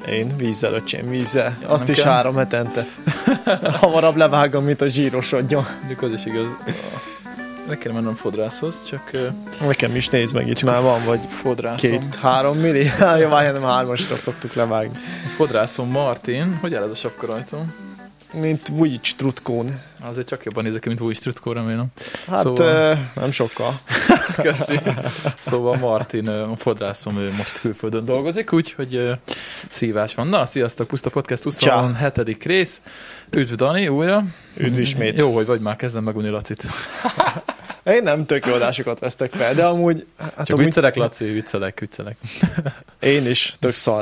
Én vízzel, öcsém, vízzel. Ja, azt nem is kell. 3 hetente. Hamarabb levágom, mint a zsírosodjon. Mikor az is igaz. Meg kell mennem fodrászhoz, csak Nekem is nézd meg, itt már van, vagy fodrászom. 2-3 milli. Jó, várjál, nem 3-asra szoktuk levágni. Fodrászom Martin, hogy áll ez a sapka rajtam? Mint Vujic Trutkón. Azért csak jobban nézek ki, mint Vujic Trutkó, remélem. Hát Szóval- nem sokkal. Köszi. Szóval Martin, a fodrászom, ő most külföldön dolgozik, úgyhogy szívás van. Na, sziasztok, Puszta Podcast 27. rész. Üdv Dani, újra. Üdv ismét. Jó, hogy vagy, már kezdem megunni Lacit. Én nem tök jó adásokat vesztek fel, de amúgy... Hát Csak amúgy viccelek, Laci, viccelek. Én is, tök szar.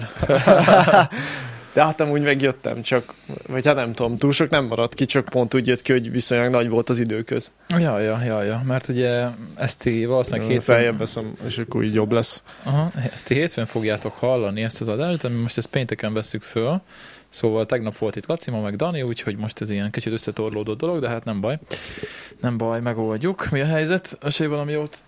De hát amúgy megjöttem, csak, vagy hát nem tudom, túl sok nem maradt ki, csak pont úgy jött ki, hogy viszonylag nagy volt az időköz. Ja, mert ugye ezt ti valószínűleg hétfőn... Feljebb veszem, és akkor így jobb lesz. Aha, ezt ti hétfőn fogjátok hallani, ezt az adást, de mi most ezt pénteken veszük föl. Szóval tegnap volt itt Laci, ma meg Dani, úgyhogy most ez ilyen kicsit összetorlódott dolog, de hát nem baj. Nem baj, megoldjuk. Mi a helyzet? Esély valami jót?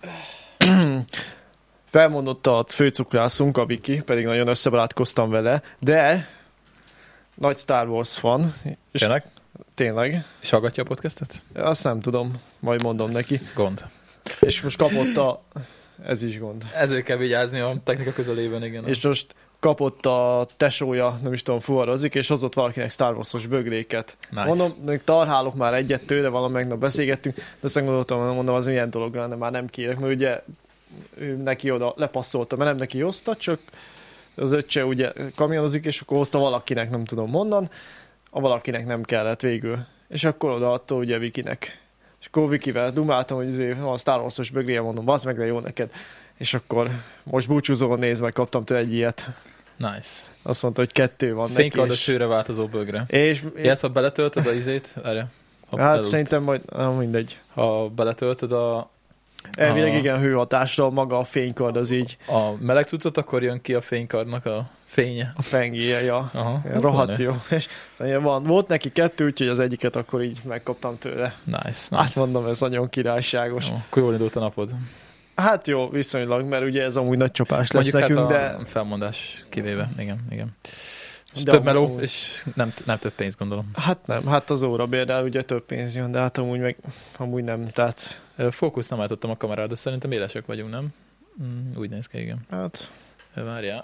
Felmondott a főcukrászunk, a Viki, pedig nagyon összebarátkoztam vele, de nagy Star Wars fan. És Tényleg? tényleg. És hallgatja a podcastet? Azt nem tudom, majd mondom neki. Ez gond. És most kapott a... Ez is gond. Ezért kell vigyázni a technika közelében, igen. És most kapott a tesója, nem is tudom, fuvarozik, és hozott valakinek Star Wars-os bögréket. Nice. Mondom, még tarhálok már egyet tőle, valamelyik nap beszélgettünk, de aztán gondoltam, mondom, az milyen dolog lenne, már nem kérek, mert ugye ő neki oda lepasszolta, mert nem neki hozta, csak az öccse ugye kamionozik, és akkor hozta valakinek, nem tudom honnan, a valakinek nem kellett végül. És akkor odaadta ugye Vikinek. És akkor Vikivel dumáltam, hogy azért van Star Wars-os bögréje, mondom, bazd meg, de jó neked. És akkor most búcsúzóan nézd meg, kaptam tőle egy ilyet. Nice. Azt mondta, hogy 2 van neki. Fénykardos hőre változó bögre. És Jelsz, ha beletöltöd a izét? Erre. hát szerintem majd, mindegy. Ha beletöltöd Elvileg igen, hőhatással maga a fénykard az így a meleg cuccot, akkor jön ki a fénykardnak a fénye. a fengéje, ja. Aha. Rohadt jó. És szóval volt neki 2, úgyhogy az egyiket akkor így megkaptam tőle. Nice. Hát mondom, ez nagyon királyságos. Jó, akkor jól indult a napod. Hát jó, viszonylag, mert ugye ez amúgy nagy csapás lesz Mondjuk nekünk, hát de... a felmondás kivéve. Igen. És De több meló, amúgy- és nem több pénz, gondolom. Hát nem, hát az órabérrel ugye több pénz jön, de hát amúgy nem, tehát... Fókusz nem állítottam a kamerára, de szerintem élesek vagyunk, nem? Úgy néz ki, igen. Hát... Várjál.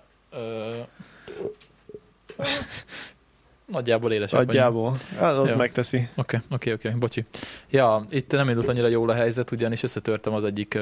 Nagyjából élesek vagyunk. Nagyjából. Hát az Jó. Megteszi. Oké, bocsi. Ja, itt nem indult annyira jól a helyzet, ugyanis összetörtem az egyik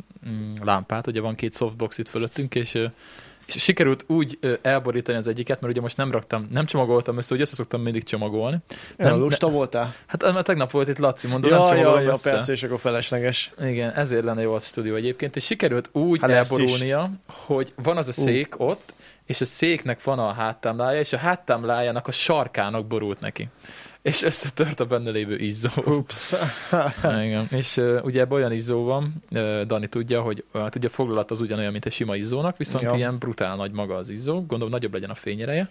lámpát, ugye van 2 softbox itt fölöttünk, és sikerült úgy elborítani az egyiket, mert ugye most nem csomagoltam össze, hogy össze szoktam mindig csomagolni. Lusta voltál? Hát mert tegnap volt itt Laci, mondom, nem csomagolom össze. Persze, és akkor felesleges. Igen, ezért lenne jó a stúdió egyébként, és sikerült úgy Hát lesz elborulnia, hogy van az a szék ott, és a széknek van a háttámlája, és a háttámlájának a sarkának borult neki. És összetört a benne lévő izzó. Ups. Igen. És ugye ebben olyan izzó van, Dani tudja, hogy hát ugye a foglalat az ugyanolyan, mint egy sima izzónak, viszont ilyen brutál nagy maga az izzó, gondolom nagyobb legyen a fényereje.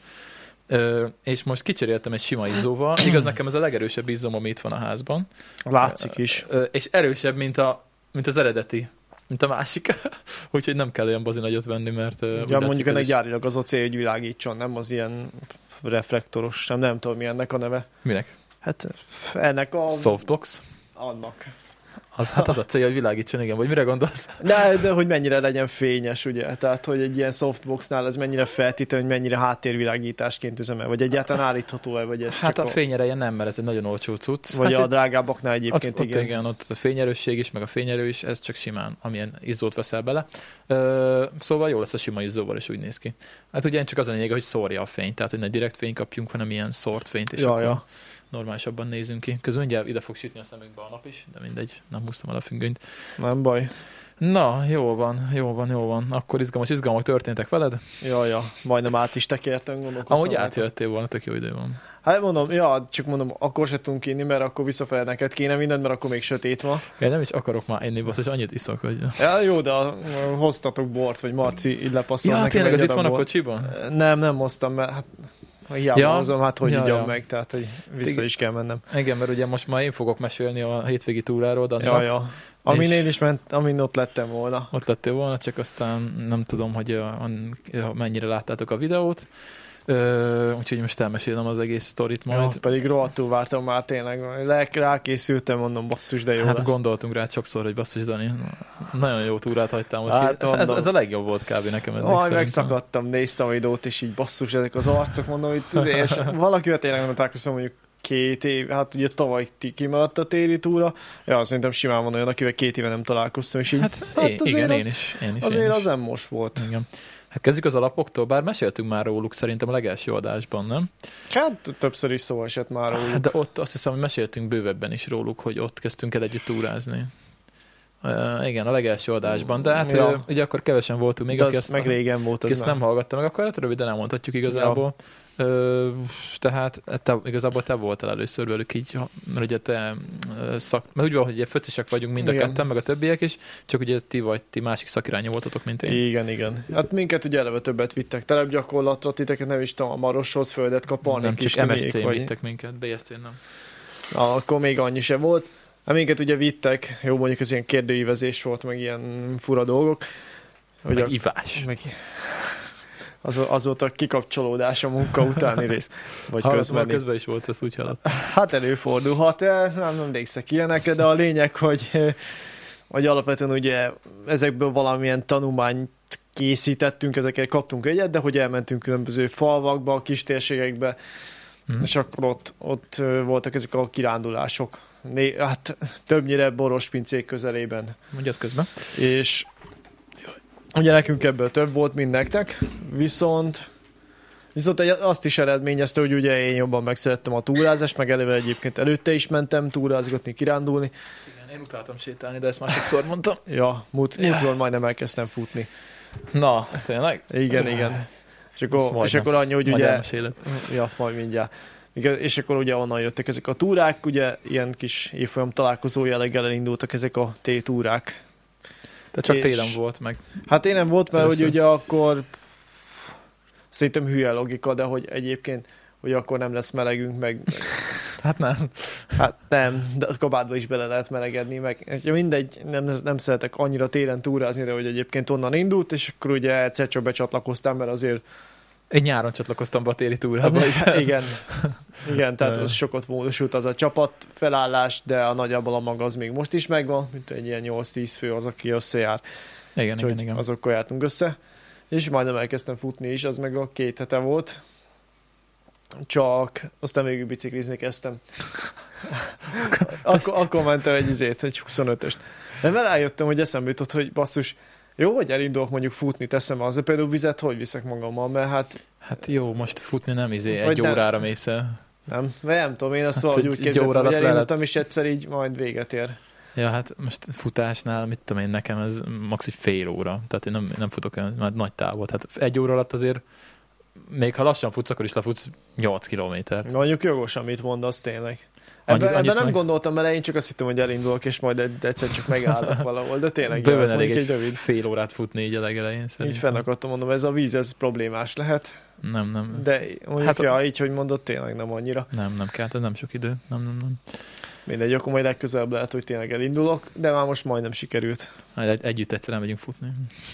És most kicseréltem egy sima izzóval, igaz nekem ez a legerősebb izzóm, ami itt van a házban. Látszik is. És erősebb, mint az eredeti, mint a másik. Úgyhogy nem kell olyan bazi nagyot venni, mert... Ja, mondjuk ennek gyárilag az a cél, hogy világítson, nem az ilyen reflektoros, nem tudom, mi ennek a neve. Minek? Hát ennek a... Softbox? Annak. Hát az a célja, hogy világítson, igen. Vagy mire gondolsz? De hogy mennyire legyen fényes, ugye? Tehát, hogy egy ilyen softboxnál ez mennyire feltétlen, hogy mennyire háttérvilágításként üzemel, vagy egyáltalán állítható-e, vagy ez Hát csak a fényereje nem, mert ez egy nagyon olcsó cucc. Vagy hát a drágábbaknál egyébként, ott igen. Ott a fényerősség is, meg a fényerő is, ez csak simán, amilyen izzót veszel bele. Szóval jó lesz a sima izzóval, és úgy néz ki. Hát ugye csak az a lényeg, hogy szórja a fényt, tehát hogy ne direkt fényt kapjunk, hanem ilyen szórt fényt, és akkor normálisabban nézünk ki. Közben mindjárt ide fog sütni a szemünkbe a nap is, de mindegy, nem húztam el a függönyt. Nem baj. Na, jó van. Akkor izgalmak történtek veled? Ja, majdnem át is tekertem, gondolkoztam. Ahogy átjöttél volna, tök jó idő van. Hát mondom, csak mondom, akkor se tudunk inni, mert akkor visszafele neked kéne mindent, mert akkor még sötét van. Én nem is akarok már enni, basszus, annyit iszok, hogy... Ja, jó, de hoztatok bort, vagy Marci így lepasszol nekem. nekem. Ja, tényleg, ez itt van a kocsiban? Nem hoztam, mert hát hiába hozom, hát hogy igyam meg, tehát hogy vissza is kell mennem. Igen, mert ugye most már én fogok mesélni a hétvégi túráról, Daninak. Ja. Amin én is amin ott lettem volna. Ott lettél volna, csak aztán nem tudom, hogy mennyire láttátok a videót. Úgyhogy most elmesélem az egész sztorit majd. Ja, pedig rohadtul vártam már tényleg. Rákészültem, mondom, basszus, de jó Hát lesz. gondoltunk rá sokszor, hogy basszus, Dani, nagyon jó túrát hagytál most. Hát, ez a legjobb volt kb. Nekem eddig. Majd megszakadtam, néztem a videót, és így basszus, ezek az arcok, mondom, itt és valakivel tényleg nem találkoztam, mondjuk 2 év, hát ugye tavaly kimaradt a téli túra. Ja, szerintem simán van olyan, akivel 2 éve nem találkoztam, és így, Hát azért én is. Azért az nem most volt. Igen. Hát kezdjük az alapoktól, bár meséltünk már róluk szerintem a legelső adásban, nem? Hát többször is szó esett már róluk. De ott azt hiszem, hogy meséltünk bővebben is róluk, hogy ott kezdtünk el együtt túrázni. Igen, a legelső adásban, de hát ugye akkor kevesen voltunk még, de aki azt meg régen volt az ezt nem hallgatta meg, akkor hát röviden elmondhatjuk igazából. Ja. Tehát igazából te voltál először velük így, mert ugye mert úgy van, hogy ugye föcisek vagyunk mind a ketten, meg a többiek is, csak ugye ti másik szakirányú voltatok, mint én. Igen. Hát minket ugye eleve többet vittek terepgyakorlatra, titeket nem is tudom, a Maroshoz földet kapalni. Nem, csak MSC-n vittek minket, BSC-n nem. Akkor még annyi sem volt. Hát minket ugye vittek, jó mondjuk ez ilyen kérdőívezés volt, meg ilyen fura dolgok. Meg ivás. Az volt a kikapcsolódás a munka utáni rész. Vagy közben is volt, ezt úgy hallott. Hát előfordulhat, nem emlékszek ilyenekre, de a lényeg, hogy alapvetően ugye ezekből valamilyen tanulmányt készítettünk, ezeket kaptunk egyet, de hogy elmentünk különböző falvakba, kistérségekbe, és akkor ott voltak ezek a kirándulások. Hát többnyire Borospincék közelében. Mondjad közben. És ugye nekünk ebből több volt, mint nektek, viszont azt is eredményezte, hogy ugye én jobban megszerettem a túrázást, meg egyébként előtte is mentem túrázgatni, kirándulni. Igen, én utáltam sétálni, de ezt már sokszor mondtam. Ja, múltkor majdnem elkezdtem futni. Na, tényleg? Igen. És akkor annyi, hogy ugye... Ja, majd mindjárt. És akkor ugye onnan jöttek ezek a túrák, ugye ilyen kis évfolyam találkozó jelleggel elindultak ezek a T-túrák. De csak télen volt meg. Hát télen volt, mert hogy ugye akkor szerintem hülye logika, de hogy egyébként, hogy akkor nem lesz melegünk, meg... Hát nem, de a kabátba is bele lehet melegedni, meg mindegy, nem szeretek annyira télen túrázni, de hogy egyébként onnan indult, és akkor ugye egyszer csak becsatlakoztam, mert azért... Én nyáron csatlakoztam be a téli túrába. Igen, tehát az sokat módosult az a csapat felállás, de nagyjából a maga az még most is megvan, mint egy ilyen 8-10 fő az, aki összejár. Igen. Azokkal jártunk össze. És majdnem elkezdtem futni is, az meg a 2 hete volt. Csak aztán végül biciklizni kezdtem. akkor mentem egy 25-öst. De mert rájöttem, hogy eszembe jutott, hogy basszus, jó, hogy elindulok mondjuk futni, teszem az, de például vizet hogy viszek magammal, mert hát jó, most futni nem egy órára mész el. Nem tudom, én azt valahogy úgy képzeltem, hogy elindultam, és egyszer így majd véget ér. Ja, hát most futásnál, mit tudom én, nekem ez max. Egy fél óra, tehát én nem futok olyan nagy távot. Hát 1 óra alatt azért, még ha lassan futsz, akkor is lefutsz 8 kilométert. Mondjuk jogos, amit mondasz tényleg. Ebben nem gondoltam elején, csak azt hittem, hogy elindulok, és majd egyszer csak megállok valahol, de tényleg bőven elég egy rövid fél órát futni így a legelején szerintem. Így fenn akartam mondom, ez a víz, ez problémás lehet. Nem. De mondjuk, így, hogy mondod, tényleg nem annyira. Nem kell, ez nem sok idő. Nem. Mindegy, akkor majd legközelebb lehet, hogy tényleg elindulok, de már most majdnem sikerült. Együtt egyszer elmegyünk futni.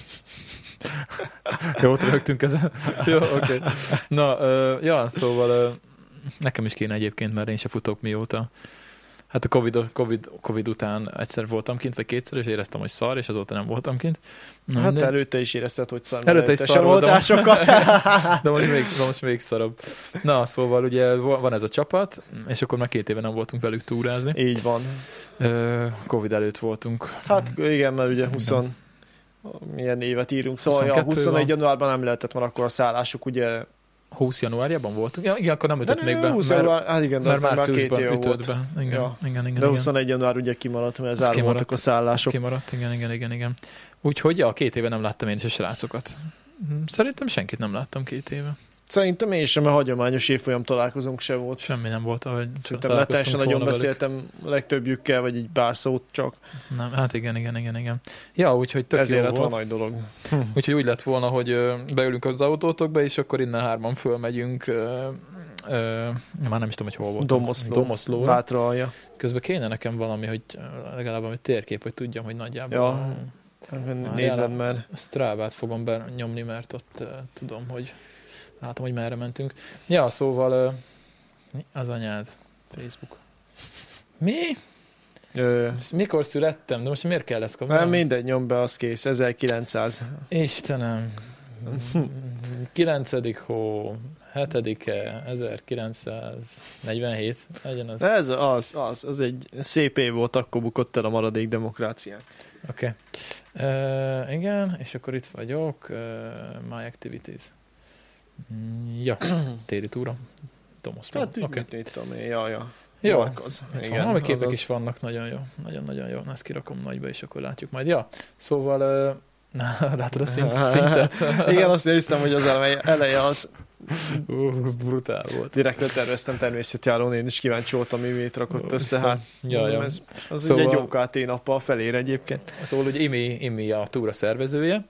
Jó, rögtünk ezen. Jó, oké. Na, szóval nekem is kéne egyébként, mert én se futok mióta. Hát a Covid után egyszer voltam kint, vagy 2-szer, és éreztem, hogy szar, és azóta nem voltam kint. Hát előtte is érezted, hogy szar. Előtte is szar voltam. De most még szarabb. Na, szóval ugye van ez a csapat, és akkor már 2 éve nem voltunk velük túrázni. Így van. Covid előtt voltunk. Hát igen, mert ugye 20... milyen évet írunk, szóval 21 januárban nem lehetett, mert akkor a szállásuk ugye 20 januárjában voltunk? Ja, igen, akkor nem ütött még be. 20 január, hát igen, mert márciusban ütött be. Igen. De 21 január ugye kimaradt, mert zárva voltak a szállások. Kimaradt, igen. Úgyhogy 2 éve nem láttam én is a srácokat. Szerintem senkit nem láttam 2 éve. Szerintem én sem, mert hagyományos évfolyam találkozónk se volt. Semmi nem volt, ahogy szerintem leteljesen nagyon beszéltem legtöbbjükkel, vagy így pár szót csak. Nem, hát igen. Ja, úgyhogy tök ezért jó lett volt. nagy dolog. Úgyhogy úgy lett volna, hogy beülünk az autótokba, és akkor innen 3-an fölmegyünk. Már nem is tudom, hogy hol voltunk. Domoszlóra. Bátralja. Közben kéne nekem valami, hogy legalább egy térkép, hogy tudjam, hogy nagyjából... Ja, nézed, mert... Strávát fogom benyomni, mert ott tudom, hogy Látom, hogy merre mentünk. Ja, szóval mi az anyád? Facebook. Mi? Mikor születtem? De most miért kell ezt kapni? Nem, mindegy, nyom be, az kész. 1900. Istenem. 9. hó, 7-e, 1947. Legyen az. Ez az egy szép év volt, akkor bukott el a maradék demokrácián. Oké. Igen, és akkor itt vagyok. My activities. Ja, téli túra. Domoszló. Hát úgy, mit tudom én, ja. Jó. Markoz. Igen, valami képek is vannak, nagyon jó. Nagyon-nagyon jó. Ezt kirakom nagyba, és akkor látjuk majd. Ja, szóval látod a szintet? Igen, azt néztem, hogy az eleje az brutál volt. Direkt leterveztem természetjárón, én is kíváncsi voltam, mi mit rakott össze. Hát, ja. Ez, az szóval, ugye egy jó KT nappal felére egyébként. Szóval ugye Imi a túra szervezője,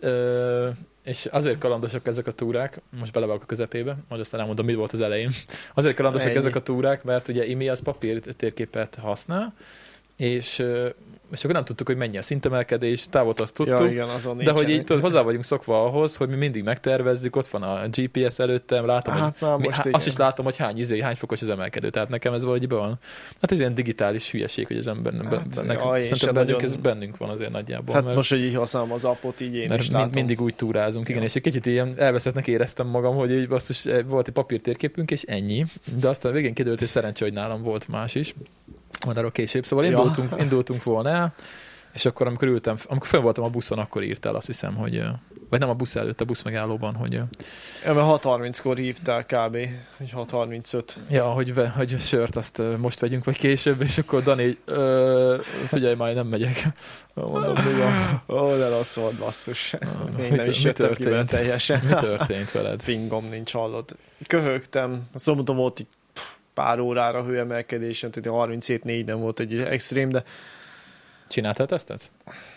és azért kalandosak ezek a túrák, most belevágok a közepébe, majd aztán elmondom, mi volt az elején. Azért kalandosak ezek a túrák, mert ugye Imi az papír térképet használ, és akkor nem tudtuk, hogy mennyi a szintemelkedés, távot azt tudtuk, ja, igen, de hogy így hozzá vagyunk szokva ahhoz, hogy mi mindig megtervezzük, ott van a GPS előttem, látom, hát, hogy azt is látom, hogy hány fokos az emelkedő, tehát nekem ez valahogy van. Hát ez ilyen digitális hülyeség, hogy az ember szerintem ez bennünk van azért nagyjából. Hát most, hogy így használom az appot, így én is látom. Mindig úgy túrázunk, igen, és egy kicsit ilyen elveszettnek éreztem magam, hogy így basszus, volt egy papírtérképünk, és ennyi, de aztán végén kiderült, hogy szerencsé, hogy nálam volt más is. Majd arról később. Szóval indultunk volna el, és akkor amikor fönn voltam a buszon, akkor írtál, azt hiszem, hogy vagy nem a busz előtt, a busz megállóban, hogy... Mert 6:30-kor hívtál kb. Hogy 6:35. Ja, hogy sört azt most vegyünk, vagy később, és akkor Dani, figyelj, már nem megyek. Mondom, mi van? Ó, de rossz volt, basszus. Még nem is jöttem ki vele teljesen. Mi történt veled? Fingom nincs, hallott. Köhögtem. Szombaton volt így pár órára hőemelkedésen, tehát 37-4 nem volt egy extrém, de... Csináltál tesztet?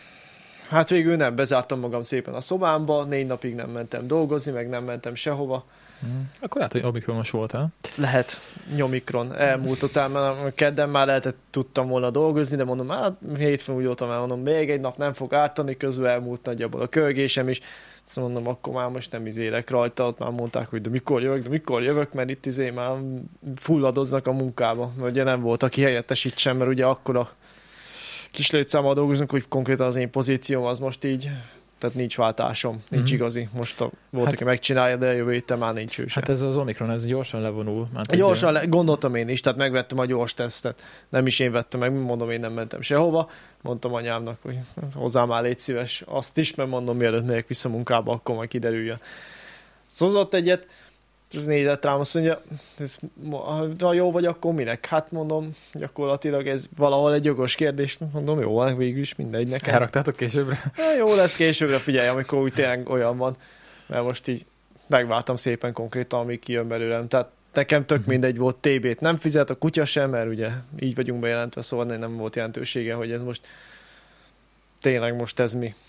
Hát végül nem, bezártam magam szépen a szobámba, 4 napig nem mentem dolgozni, meg nem mentem sehova. Akkor lehet, hogy omikronos voltál. Lehet, nyomikron. Elmúlt utána, kedden már tudtam volna dolgozni, de mondom, hát hétfőn úgy voltam el, mondom, még egy nap nem fog ártani, közül elmúlt nagyjából a kölgésem is. Szóval mondom, akkor már most nem izélek rajta, ott már mondták, hogy de mikor jövök, mert itt már fulladoznak a munkába. Mert ugye nem volt, aki helyettesítsen, mert ugye akkor a kis létszámmal dolgozunk, hogy konkrétan az én pozícióm az most így, tehát nincs váltásom, nincs igazi. Most volt, aki megcsinálja, de jövő héten már nincs ő sem. Hát ez az Omikron, ez gyorsan levonul. Gondoltam én is, tehát megvettem a gyors tesztet. Nem is én vettem meg, mondom, én nem mentem sehova. Mondtam anyámnak, hogy hozzá már légy szíves azt is, mert mondom, mielőtt megyek vissza munkába, akkor majd kiderüljön. Szózott egyet, és nézett rám, azt mondja, ha jó vagy, akkor minek? Hát mondom, gyakorlatilag ez valahol egy jogos kérdés. Mondom, jó, végül is mindegy nekem. Elraktátok későbbre? Jó lesz későbbre, figyelj, amikor úgy tényleg olyan van, mert most így megváltam szépen konkrétan, amíg kijön belőlem. Tehát nekem tök mindegy volt, TB-t nem fizet, a kutya sem, mert ugye így vagyunk bejelentve, szóval nem volt jelentősége, hogy ez most tényleg most ez mi.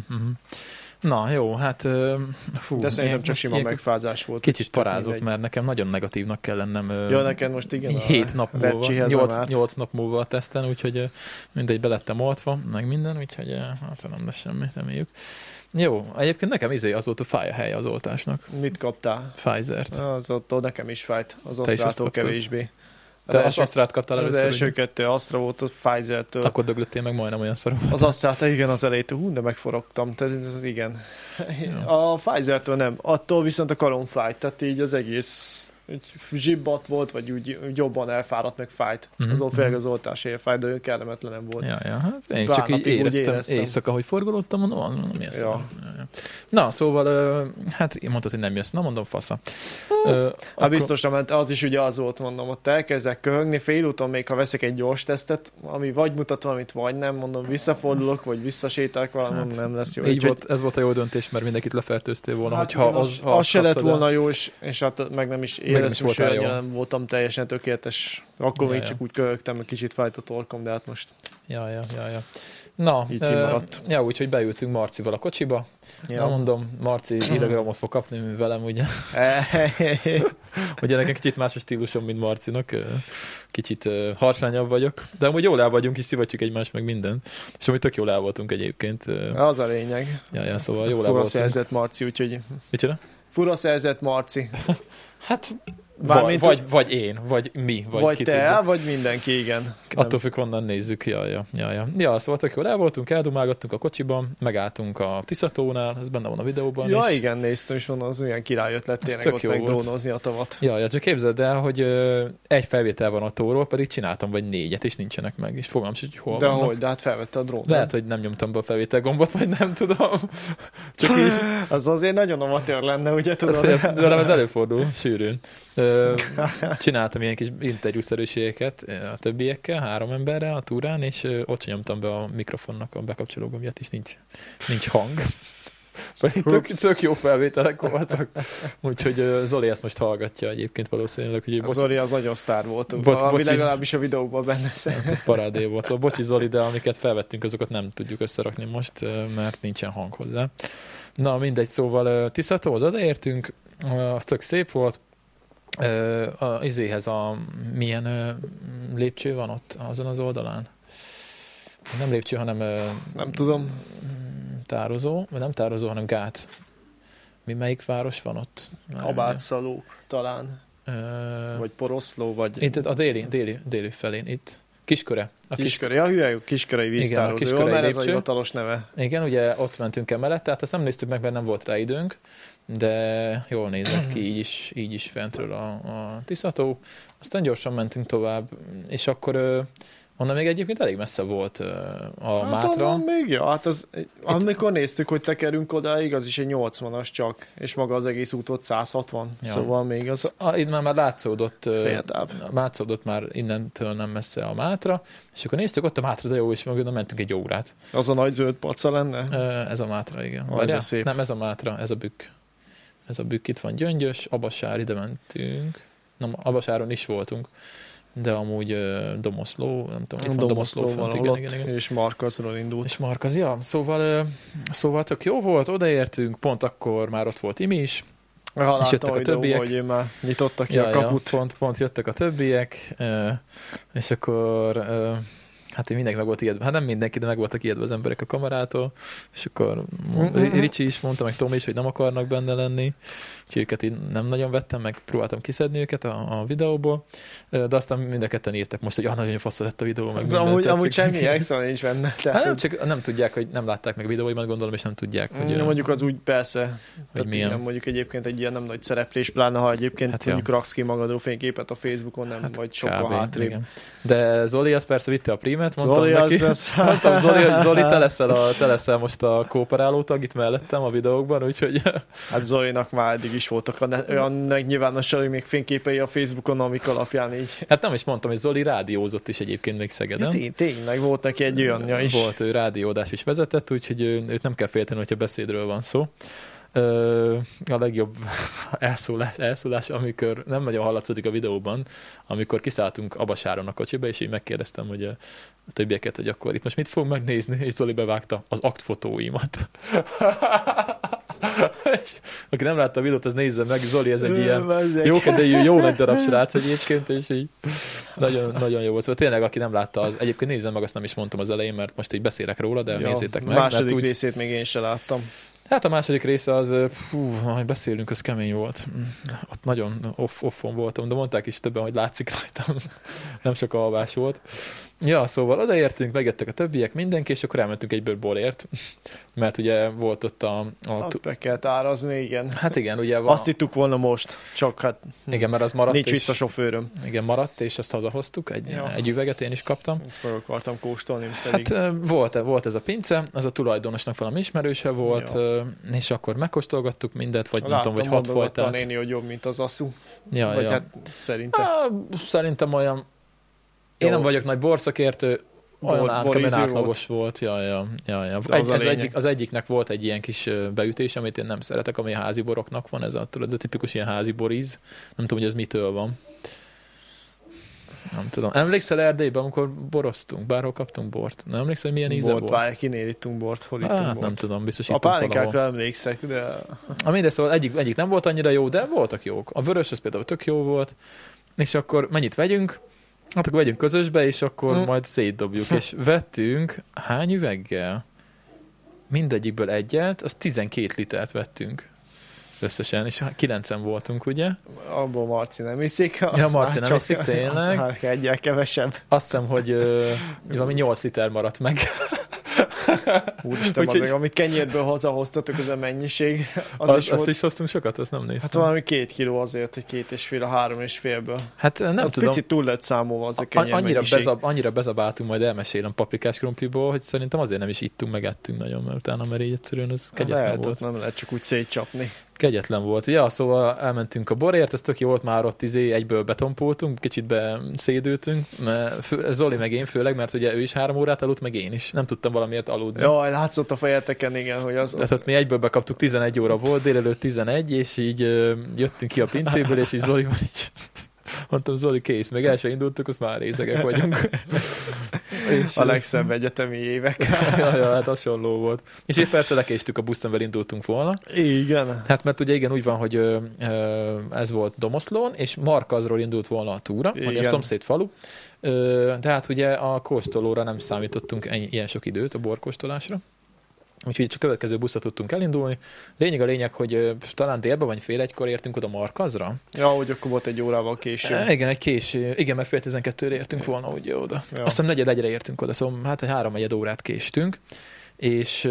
Na jó, hát fú. De szerintem csak sima megfázás volt. Kicsit parázok, mert nekem nagyon negatívnak kell lennem. Jó, neked most igen. 7 nap múlva, 8 nap múlva a teszten, úgyhogy mindegy, belettem oltva, meg minden, úgyhogy hát nem lesz semmi, reméljük. Jó, egyébként nekem azóta fáj a helye az oltásnak. Mit kaptál? Pfizer-t. Az ott nekem is fájt, az Astrától kevésbé. Te az Astrát kaptál először? Az első 2 Astra volt, a Pfizer-től. Akkor döglöttél meg majdnem olyan szarul. Az Astrát, igen, az elejétől, de megforogtam, tehát ez igen. Ja. A Pfizer-től nem, attól viszont a karom fájt, tehát így az egész zsibbat volt, vagy úgy jobban elfáradt, meg fájt. Főleg az oltásért fájt, de kellemetlenem volt. Ja, hát én csak így éreztem éjszaka, hogy forgolódtam, mondom, mi ez? Ja. Na, szóval, hát én mondtad, hogy nem jössz. Na, mondom, fasza. Hát biztosra ment, az is ugye az volt, mondom, ott elkezdek köhögni, félúton még ha veszek egy gyors tesztet, ami vagy mutat valamit, vagy nem, mondom, visszafordulok, vagy visszasétálok valami, hát, nem lesz jó. Így volt, ez volt a jó döntés, mert mindenkit lefertőztél volna, hát, hogyha az se lett volna jó, és hát meg nem is éreztem, hogy nem voltam teljesen tökéletes. Akkor még csak úgy köhögtem, hogy kicsit fájt a torkom, de hát most... Ja. Na, így ja, úgyhogy beültünk Marcival a kocsiba. Ja. Na mondom, Marci idegramot fog kapni velem, ugye? Ugye nekem kicsit más a stílusom, mint Marcinak. Kicsit harsányabb vagyok. De amúgy jól el vagyunk, és szivatjuk egymást, meg minden. És amúgy tök jól el voltunk egyébként. Az a lényeg. Ja, szóval jól el voltunk. Szerzett Marci, úgyhogy... Micsoda? Fura szerzett Marci. Hát, Mármint, vagy én, vagy mi. vagy ki te, tudja. vagy mindenki, igen. Attól függ, honnan nézzük. Ja, szóval tök jól el voltunk, eldumálgattunk a kocsiban, megálltunk a Tiszatónál, ez benne van a videóban Ja, is. igen, néztem is onnan, az olyan király ötlet tényleg tök ott jó volt. megdrónozni a tavat. Ja, csak képzeld el, hogy egy felvétel van a tóról, pedig csináltam vagy 4, és nincsenek meg, és fogalmam sincs, hogy hol De vannak. hogy, de hát felvette a drón. Lehet, hogy nem nyomtam be a felvétel gombot, vagy nem tudom. Csak így. Az azért nagyon amatőr lenne, ugye tudod? Velem ez előfordul, sűrűn. Csináltam ilyen kis interjúszerűségeket a többiekkel, 3 emberrel a túrán, és ott sem nyomtam be a mikrofonnak a bekapcsolóba miatt, és nincs hang. Pedig tök jó felvételek voltak. Úgyhogy Zoli ezt most hallgatja egyébként valószínűleg. Hogy Zoli az nagyon sztár volt. Ami legalábbis a videókban benne szerint. Ez parádé volt. Szóval bocsi Zoli, de amiket felvettünk, azokat nem tudjuk összerakni most, mert nincsen hang hozzá. Na mindegy, szóval Tiszatóhoz odaértünk, az tök szép volt. Az izéhez milyen lépcső van ott azon az oldalán? Nem lépcső, hanem nem tudom. Tározó, vagy nem tározó, hanem gát. Melyik város van ott? Abátszalók talán. Vagy Poroszló, vagy... Itt a déli felén, itt. Kisköre. Kisköre, ja, hülye, Kiskörei víztározó, igen, mert ez a hivatalos neve. Igen, ugye ott mentünk emellett, tehát ezt nem néztük meg, mert nem volt rá időnk, de jól nézett ki így is fentről a Tiszató. Aztán gyorsan mentünk tovább, és akkor onnan még egyébként elég messze volt a Mátra. Még, ja, hát amikor néztük, hogy tekerünk odáig, az is egy 80-as csak, és maga az egész út ott 160, szóval még az... Itt már látszódott már innentől nem messze a Mátra, és akkor néztük, ott a Mátra, de jó, és meg mentünk egy órát. Az a nagy zöld paca lenne? Ez a Mátra, igen. Szép. Nem, ez a Mátra, ez a Bükk. Ez a Bükk, itt van Gyöngyös, Abassár, ide mentünk. Nem, Abasáron is voltunk. De amúgy Domoszló, nem tudom, itt van Domoszló fent, igen. És Markazról indult. És Markaz, ja. Szóval tök jó volt, odaértünk, pont akkor már ott volt Imi is. És jöttek a többiek. Hogy ő már nyitotta ki a kaput. Pont jöttek a többiek, és akkor hát mindenki meg volt ijedve. Hát nem mindenki, de meg voltak ijedve az emberek a kamerától, és akkor Ricsi is mondta, meg Tomi is, hogy nem akarnak benne lenni, úgyhogy őket így nem nagyon vettem, meg próbáltam kiszedni őket a videóból, de aztán mind a ketten írtak most, hogy nagyon fasz lett a videó, meg amúgy semmi extra nincs benne. Tehát, hát csak nem tudják, hogy nem látták meg a videóimat, gondolom, és nem tudják, hogy... Mondjuk az úgy persze, hogy milyen. Igen, mondjuk egyébként egy ilyen nem nagy szereplés, pláne ha egyébként hát mondjuk raksz ki magadról fényképet a Facebookon, nem vagy sokkal hátrébb. Igen. De Zoli az persze vitte a prímet, mondtam neki. Mondtam Zoli, te leszel most a kooperáló tag itt mellettem a videókban, úgyhogy... Hát Zolinak már eddig is voltak olyan nyilvánosan még fényképei a Facebookon, amik alapján így... Hát nem is mondtam, hogy Zoli rádiózott is egyébként még Szegeden. Ja, tényleg volt neki egy olyanja is. Volt, ő rádiódás is vezetett, úgyhogy őt nem kell félteni, hogyha beszédről van szó. A legjobb elszólás, amikor nem nagyon hallatszódik a videóban, amikor kiszálltunk Abasáron a kocsiba, és így megkérdeztem, hogy a többieket, hogy akkor itt most mit fogunk megnézni, és Zoli bevágta az aktfotóimat. Aki nem látta a videót, az nézze meg, Zoli, ez egy ilyen jókedélyű, jó nagy darab srác egyébként, és így nagyon, nagyon jó volt. Szóval tényleg, aki nem látta, az egyébként nézze meg, azt nem is mondtam az elején, mert most így beszélek róla, de nézzétek meg. A második részét még én sem láttam. Hát a második része az, hogy beszélünk, az kemény volt. Ott nagyon offon voltam, de mondták is többen, hogy látszik rajtam. Nem sok alvás volt. Ja, szóval odaértünk, megjöttek a többiek, mindenki, és akkor elmentünk egy bőrbolért, mert ugye volt ott Azt be kellett árazni, igen. Hát igen, ugye azt hittük volna most, csak hát igen, mert az maradt. Nincs vissza sofőröm. Igen, maradt, és azt hazahoztuk, egy üveget én is kaptam. Ezt meg akartam kóstolni, pedig. Hát volt ez a pince, az a tulajdonosnak valami ismerőse volt, és akkor megkóstolgattuk mindent, vagy nem tudom, vagy 6 fajtát. Láttam néni, hogy jobb, mint az asszú. Ja, vagy hát szerintem. Szerintem olyan. Én nem vagyok nagy borszakértő, olyan átlagos volt. Ja. Az egyiknek volt egy ilyen kis beütés, amit én nem szeretek, ami a házi boroknak van, ez a tipikus ilyen házi boríz. Nem tudom, hogy ez mitől van. Nem tudom. Emlékszel Erdélyben, amikor boroztunk? Bárhol kaptunk bort? Nem emlékszel, hogy milyen íze volt? Várj, kinél ittunk bort, hol ittunk bort? Nem tudom, biztos ittunk valahol. A pálinkákra emlékszek, de... Mindegy, szóval egyik nem volt annyira jó, de voltak jók. A vörös az például tök jó volt, és akkor mennyit vegyünk? Hát akkor vegyünk közösbe, és akkor majd szétdobjuk. És vettünk hány üveggel? Mindegyikből egyet, az 12 litert vettünk. összesen, és 9-en voltunk, ugye? Abból Marci nem iszik. Ja, Marci nem iszik, tényleg. Az már egyel kevesebb. Azt hiszem, hogy valami 8 liter maradt meg. Úristen, úgyhogy... amit kenyérből hazahoztatok, az a mennyiség. Azt is hoztunk sokat, azt nem néztem. Hát valami 2 kiló azért, hogy 2,5 a 3,5-ből. Hát nem az tudom. Picit túl lett számolva az a kenyér mennyiség. Annyira bezabáltunk, majd elmesélem paprikás krumpliból, hogy szerintem azért nem is ittunk, meg ettünk nagyon, mert utána, mert így egyszerűen az kegyetlen volt. Nem lehet csak úgy szétcsapni. Kegyetlen volt. Ja, szóval elmentünk a borért, ez tök jó volt, már ott egyből betompoltunk, kicsit beszédültünk, Zoli meg én főleg, mert ugye ő is 3 órát aludt, meg én is. Nem tudtam valamiért aludni. Jaj, látszott a fejeteken, igen, hogy az... Tehát ott mi egyből bekaptuk, 11 óra volt, délelőtt 11, és így jöttünk ki a pincéből, és így Zoli van így... Mondtam, Zoli, kész, meg el sem indultuk, azt már részegek vagyunk. És a legszebb egyetemi évek. ja, hát hasonló volt. És itt persze lekéstük a buszt, amivel indultunk volna. Igen. Hát mert ugye igen, úgy van, hogy ez volt Domoszlón, és Markazról indult volna a túra, ami a szomszéd falu. De hát ugye a kóstolóra nem számítottunk ilyen sok időt, a borkóstolásra. Úgyhogy csak a következő buszra tudtunk elindulni. Lényeg, hogy talán délben vagy fél egykor értünk oda Markazra. Ja, hogy akkor volt egy órával késő. Igen, egy késő. Igen, mert fél 12-re értünk volna ugye oda. Ja. Azt hiszem 4-1-re értünk oda, szóval hát egy 3-4 órát késtünk. És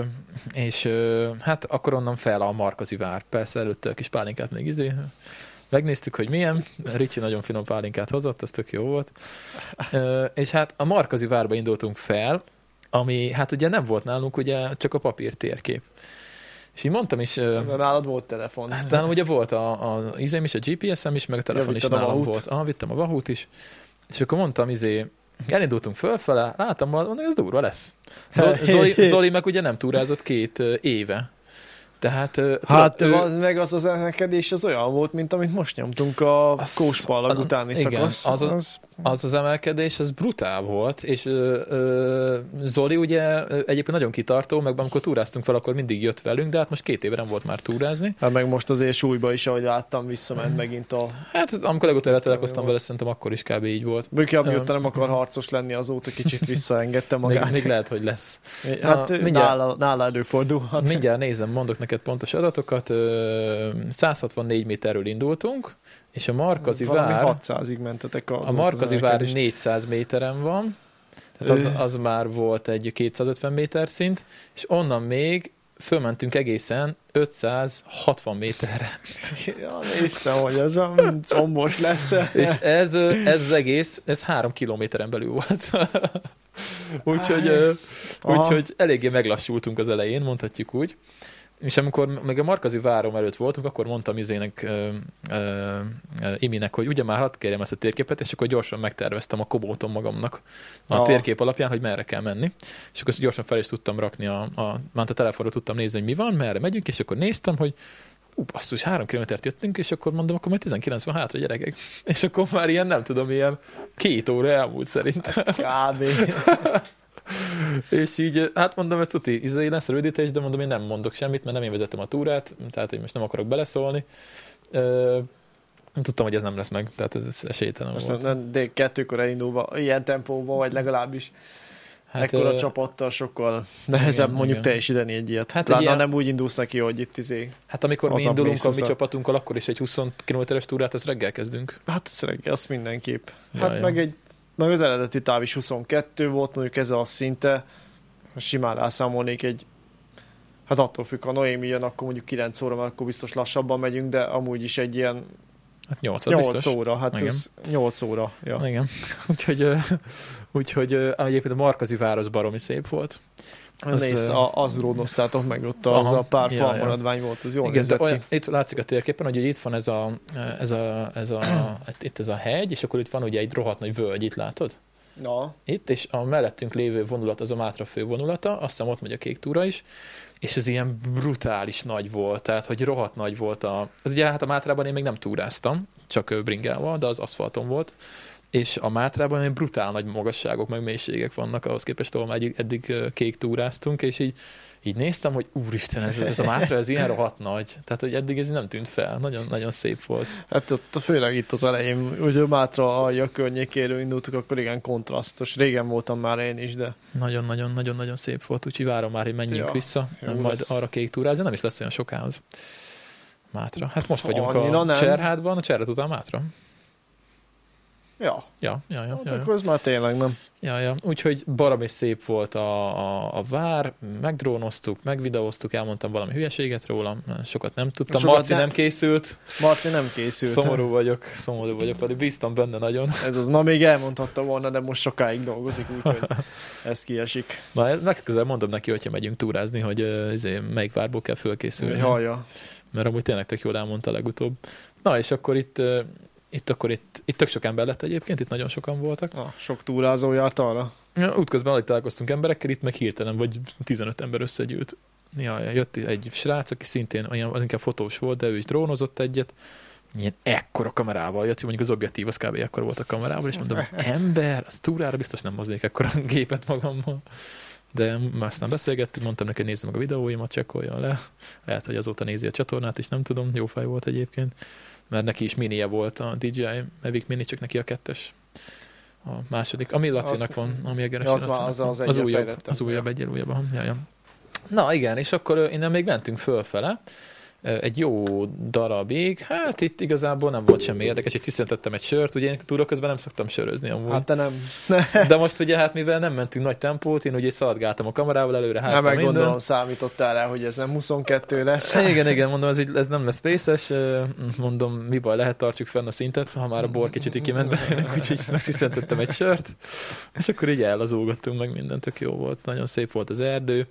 hát akkor onnan fel a Markazi vár. Persze előtte a kis pálinkát még megnéztük, hogy milyen. Ricsi nagyon finom pálinkát hozott, az tök jó volt. És hát a Markazi várba indultunk fel, ami hát ugye nem volt nálunk, ugye csak a papír térkép. És így mondtam is... Nálad volt telefon. Hát nálam ugye volt az izém is, a GPS-em is, meg a telefon is nálam volt. Vittem a Vahút is. És akkor mondtam, elindultunk fölfele, láttam, mondom, ez durva lesz. Zoli meg ugye nem túrázott 2 éve. Tehát, az meg az emelkedés az olyan volt, mint amit most nyomtunk a Kóspallag utáni szakasz. Az emelkedés, az brutál volt, és Zoli ugye egyébként nagyon kitartó, meg amikor túráztunk fel, akkor mindig jött velünk, de hát most 2 éve nem volt már túrázni. Hát meg most azért súlyba is, ahogy láttam, visszament megint a... Hát amikor legutóbb találkoztam vele, szerintem akkor is kb. Így volt. Inkább mióta nem akar harcos lenni, azóta kicsit visszaengedte magát. még lehet, hogy lesz. Hát nála előfordulhat. Mindjárt nézem, mondok neked pontos adatokat. 164 méterről indultunk, és a Markazi vár... 600-ig mentetek a Markazi vár 400 méteren van, tehát az már volt egy 250 méter szint, és onnan még fölmentünk egészen 560 méterre. Ja, néztem, hogy ez a combos lesz. És ez az egész, ez 3 kilométeren belül volt. Úgyhogy eléggé meglassultunk az elején, mondhatjuk úgy. És amikor meg a Markazi várom előtt voltunk, akkor mondtam Iminek, hogy ugye már hadd kérjem ezt a térképet, és akkor gyorsan megterveztem a kobóton magamnak a térkép alapján, hogy merre kell menni. És akkor gyorsan fel is tudtam rakni, a telefonra tudtam nézni, hogy mi van, merre megyünk, és akkor néztem, hogy basszus, 3 kilométert jöttünk, és akkor mondom, akkor majd 19 van hátra, gyerekek. És akkor már ilyen, nem tudom, ilyen 2 óra elmúlt szerintem. Kb. És így, hát mondom, ez tuti lesz rövidítés, de mondom, én nem mondok semmit, mert nem én vezettem a túrát, tehát én most nem akarok beleszólni. Tudtam, hogy ez nem lesz meg, tehát ez esélytelen volt. De 2-kor elindulva, ilyen tempóban, vagy legalábbis ekkora csapattal sokkal nehezebb mondjuk teljesíteni egy ilyet. Hát pláne nem úgy indulsz neki, hogy itt Hát amikor mi indulunk a mi csapatunkkal, akkor is egy 20 kilométeres túrát, ezt reggel kezdünk. Hát ez reggel, azt mindenképp. Hát meg az eredeti táv is 22 volt, mondjuk ez a szinte, simán rászámolnék hát attól függ, ha Noémi jön, akkor mondjuk 9 óra, mert akkor biztos lassabban megyünk, de amúgy is egy ilyen 8 óra, hát igen. Ez 8 óra. Ja. Igen, úgyhogy egyébként a Markazi város baromi szép volt. Az rónoztátok meg ott, az a pár falmaradvány volt, az jól nézett ki. Itt látszik a térképen, hogy itt van itt ez a hegy, és akkor itt van ugye egy rohadt nagy völgy, itt látod? Na. Itt, és a mellettünk lévő vonulat az a Mátra fővonulata, azt hiszem ott megy a kék túra is, és ez ilyen brutális nagy volt, tehát hogy rohadt nagy volt ugye hát a Mátrában én még nem túráztam, csak bringával, de az aszfalton volt, és a Mátrában egy brutál nagy magasságok, meg mélységek vannak, ahhoz képest, ahol eddig kék túráztunk, és így néztem, hogy úristen, ez a Mátra, ez ilyen rohadt nagy. Tehát, hogy eddig ez nem tűnt fel. Nagyon, nagyon szép volt. Hát ott főleg itt az elején, ugye a Mátra alja környékéről indultuk, akkor igen kontrasztos. Régen voltam már én is, de... Nagyon szép volt, úgyhogy várom már, hogy menjünk vissza. Majd lesz. Arra kék túrázni, nem is lesz olyan sokához. Mátra. Hát most vagyunk Annyira a nem. Cserhádban, a Cserhád után Mátra. Ja. Ja. Hát akkor ez már tényleg nem. Ja. Úgyhogy baromi szép volt a vár, megdrónoztuk, megvideóztuk, elmondtam valami hülyeséget róla, sokat nem tudtam. Sokat Marci nem készült. Marci nem készült. Szomorú vagyok, pedig bíztam benne nagyon. Ez az, ma még elmondhatta volna, de most sokáig dolgozik, úgyhogy ez kiesik. Na, legközelebb mondom neki, hogyha megyünk túrázni, hogy melyik várból kell fölkészülni. Hallja. Mert amúgy tényleg tök jól elmondta legutóbb. Na, és akkor itt tök sok ember lett egyébként, itt nagyon sokan voltak. Sok túrázó járt arra. Ja, útközben alig találkoztunk emberekkel, itt meg hirtelen, vagy 15 ember összegyűlt. Ja, jött egy srác, aki szintén olyan, az inkább fotós volt, de ő is drónozott egyet. Ilyen ekkora kamerával jött, mondjuk az objektív, az kb. Ekkora volt a kamerával, és mondom, ember, az túrára biztos nem hoznék ekkora gépet magammal. De aztán beszélgettünk, mondtam neki, hogy nézze meg a videóimat, csekkoljon le. Lehet, hogy azóta nézi a csatornát is, nem tudom, jó fej volt egyébként. Mert neki is minie volt a DJI Mavic Mini, csak neki a 2-es. A második, ami Lacinak van, ami az újabb, egyel újabb. Ja. Na igen, és akkor innen még mentünk fölfele, egy jó darabig, hát itt igazából nem volt semmi érdekes, itt sziszentettem egy sört, ugye én túra közben nem szoktam sörözni amúgy. Hát te nem. De most ugye hát mivel nem mentünk nagy tempót, én ugye szaladgáltam a kamerával előre, hátra minden. minden. Gondolom számítottál rá, hogy ez nem 22 lesz. Igen, mondom, ez nem lesz spaces, mondom, mi baj, lehet tartsuk fenn a szintet, ha már a bor kicsit így kiment belőlünk, úgyhogy megsziszentettem egy sört, és akkor így ellazulgattunk meg, minden tök jó volt, nagyon szép volt az erdő,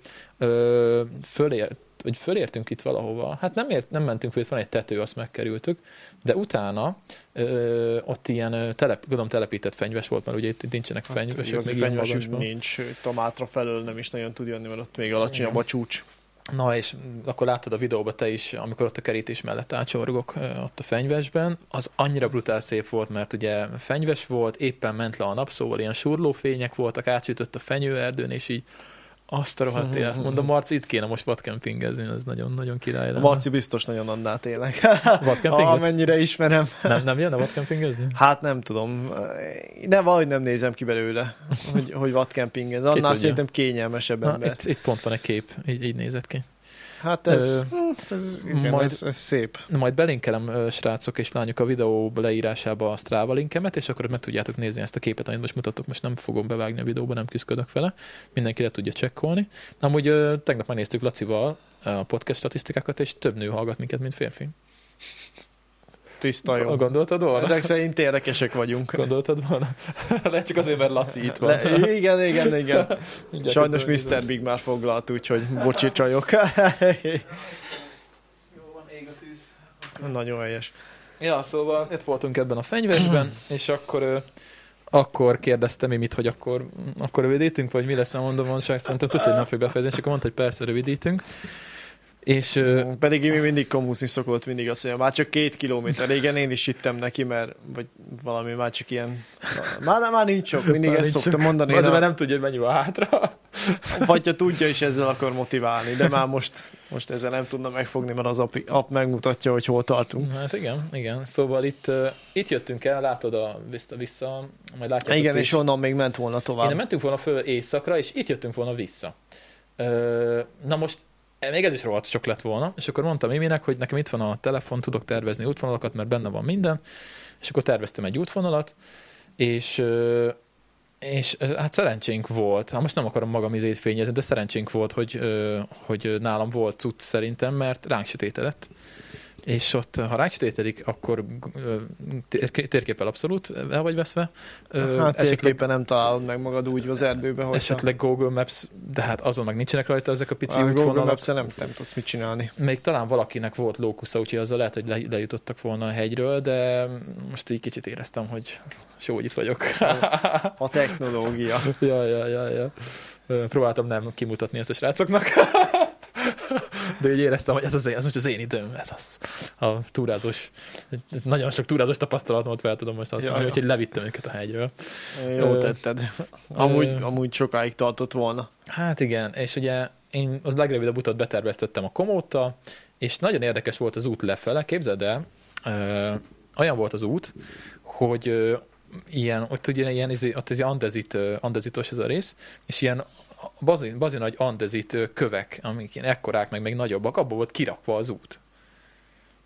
fölértünk itt valahova, hát nem mentünk föl, itt van egy tető, azt megkerültük, de utána ott ilyen telepített fenyves volt, mert ugye itt nincsenek fenyvesek. Igazi fenyves nincs, Tomátra felől nem is nagyon tud jönni, mert ott még alacsonyabb a csúcs. Na és akkor láttad a videóban te is, amikor ott a kerítés mellett átcsorgok ott a fenyvesben, az annyira brutál szép volt, mert ugye fenyves volt, éppen ment le a nap, szóval ilyen surlófények voltak, átsütött a fenyőerdőn, és így azt a rohadt élet. Mondom, Marci, itt kéne most vadkempingezni, ez nagyon király lenne. Marci biztos nagyon annál tényleg. Amennyire ismerem. Nem jön a vadkempingezni? Hát nem tudom. De valahogy nem nézem ki belőle, hogy vadkempingez. Annál szerintem kényelmesebb ember. Itt pont van egy kép, így nézett ki. Hát ez szép. Majd belinkelem, srácok és lányok, a videó leírásába a Strava linkemet, és akkor meg tudjátok nézni ezt a képet, amit most mutatok. Most nem fogom bevágni a videóba, nem küzdök vele. Mindenki le tudja csekkolni. Amúgy tegnap megnéztük Lacival a podcast statisztikákat, és több nő hallgat minket, mint férfi. Tiszta jó. Gondoltad volna? Ezek szerint érdekesek vagyunk. Gondoltad volna? Lehet csak azért, mert Laci itt van. Igen. Sajnos Mr. Big már foglalt, úgyhogy bocsi csajok. Jó van, ég a tűz. Nagyon helyes. Ja, szóval itt voltunk ebben a fenyvesben, és akkor kérdeztem mit, hogy akkor rövidítünk, vagy mi lesz, nem mondom, szerintem tudod, hogy nem fog befejezni, és akkor mondta, hogy persze rövidítünk. És, pedig mi mindig komúzni szokott, mindig azt mondja, már csak 2 kilométer. Régen én is hittem neki, mert vagy valami már csak ilyen... Már nincs sok, mindig ezt szoktam mondani. Azért, mert nem tudja, hogy mennyi van hátra. Vagy ha tudja, és ezzel akar motiválni, de már most ezzel nem tudna megfogni, mert az app megmutatja, hogy hol tartunk. Hát igen. Szóval itt jöttünk el, látod vissza, majd látjátok. Igen, és onnan még ment volna tovább. Igen, mentünk volna föl éjszakra, és itt jöttünk volna vissza. Na most még ez is rohadt sok lett volna, és akkor mondtam Iminek, hogy nekem itt van a telefon, tudok tervezni útvonalakat, mert benne van minden, és akkor terveztem egy útvonalat, és hát szerencsénk volt, hát most nem akarom magam izét fényezni, de szerencsénk volt, hogy nálam volt cucc szerintem, mert ránk sötétedett. És ott, ha rácsütétedik, akkor térképpel abszolút el vagy veszve. Hát térképpen nem találod meg magad úgy az erdőbe, hogy... Esetleg Google Maps, de hát azon meg nincsenek rajta ezek a pici útvonalak. Google Maps-en nem tudsz mit csinálni. Még talán valakinek volt lókusza, úgyhogy azzal lehet, hogy lejutottak volna a hegyről, de most így kicsit éreztem, hogy itt vagyok. A technológia. Ja. Próbáltam nem kimutatni ezt a srácoknak. De így éreztem, hogy ez most az én időm, ez az a túrázós, nagyon sok túrázós tapasztalatot fel tudom most használni, úgyhogy levittem őket a hegyről. Jó tetted. Amúgy sokáig tartott volna. Hát igen, és ugye én az legrövidebb utat beterveztettem a Komóttal, és nagyon érdekes volt az út lefele, képzeld el, olyan volt az út, hogy ilyen, ott ugye ott ez andezitos ez a rész, és ilyen bazi nagy andezit kövek, amik ilyen ekkorák, meg nagyobbak, abból volt kirakva az út.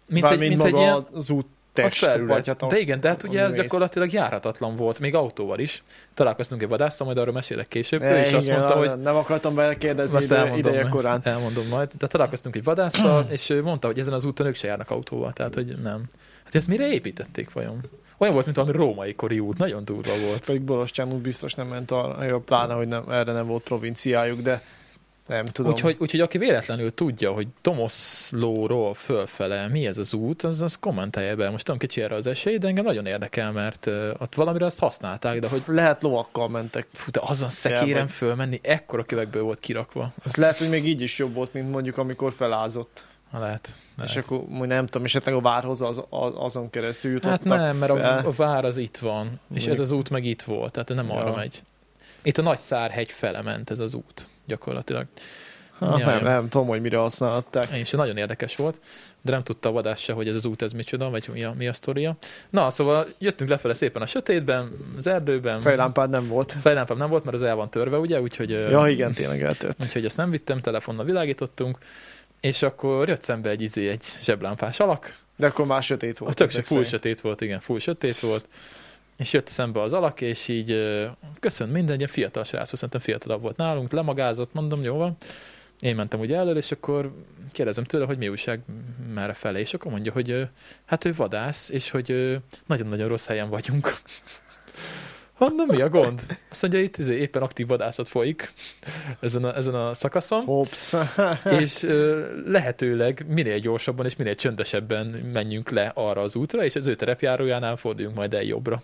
Mint egy maga ilyen az út a test, felület. hát De igen, de hát ugye ez mész. gyakorlatilag járhatatlan volt, még autóval is. Találkoztunk egy vadásszal, majd arról mesélek később. Ő is azt mondta, hogy nem akartam belekérdezni azt ideje korán. elmondom majd. De találkoztunk egy vadásszal, és ő mondta, hogy ezen az úton ők se járnak autóval, tehát hogy nem. Hát ezt mire építették vajon? Olyan volt, mint valami római kori út, nagyon durva volt. Pedig Bolostyán út biztos nem ment arra, pláne, hogy erre nem volt provinciájuk, de nem tudom. Úgyhogy aki véletlenül tudja, hogy Tomoszlóról fölfele mi ez az út, az kommentelje be. Most tudom, kicsi erre az esély, de engem nagyon érdekel, mert ott valamire azt használták, de hogy lehet lovakkal mentek. fú, de azon szekéren fölmenni, ekkora kövekből volt kirakva. Lehet, hogy még így is jobb volt, mint mondjuk amikor felázott. Lehet. És akkor nem tudom, esetleg a várhoz azon keresztül jutottak. Hát nem, mert a vár az itt van, és ez az út meg itt volt, tehát nem arra megy. Itt a Nagy Szárhegy fele ment ez az út, gyakorlatilag. Nem tudom, hogy mire használták. És nagyon érdekes volt, de nem tudta a vadász se, hogy ez az út ez micsoda, vagy mi a sztoria. Na, szóval jöttünk lefele szépen a sötétben, az erdőben. Fejlámpád nem volt. Fejlámpám nem volt, mert az el van törve, ugye, úgyhogy... Ja, igen, tényleg eltört. Úgyhogy ezt nem vittem, telefonnal világítottunk, és akkor jött szembe egy zseblámpás alak. De akkor már sötét volt. A full sötét volt, igen, full sötét volt. És jött szembe az alak, és így köszön minden, ilyen fiatal srác, szerintem fiatalabb volt nálunk, lemagázott, mondom, jó van. Én mentem ugye elől, és akkor kérdezem tőle, hogy mi újság, merre fele, és akkor mondja, hogy hát ő vadász, és hogy nagyon-nagyon rossz helyen vagyunk. Mondom, mi a gond? Azt mondja, itt éppen aktív vadászat folyik ezen a szakaszon. Hops. És lehetőleg minél gyorsabban és minél csöndesebben menjünk le arra az útra, és az ő terepjárójánál forduljunk majd el jobbra.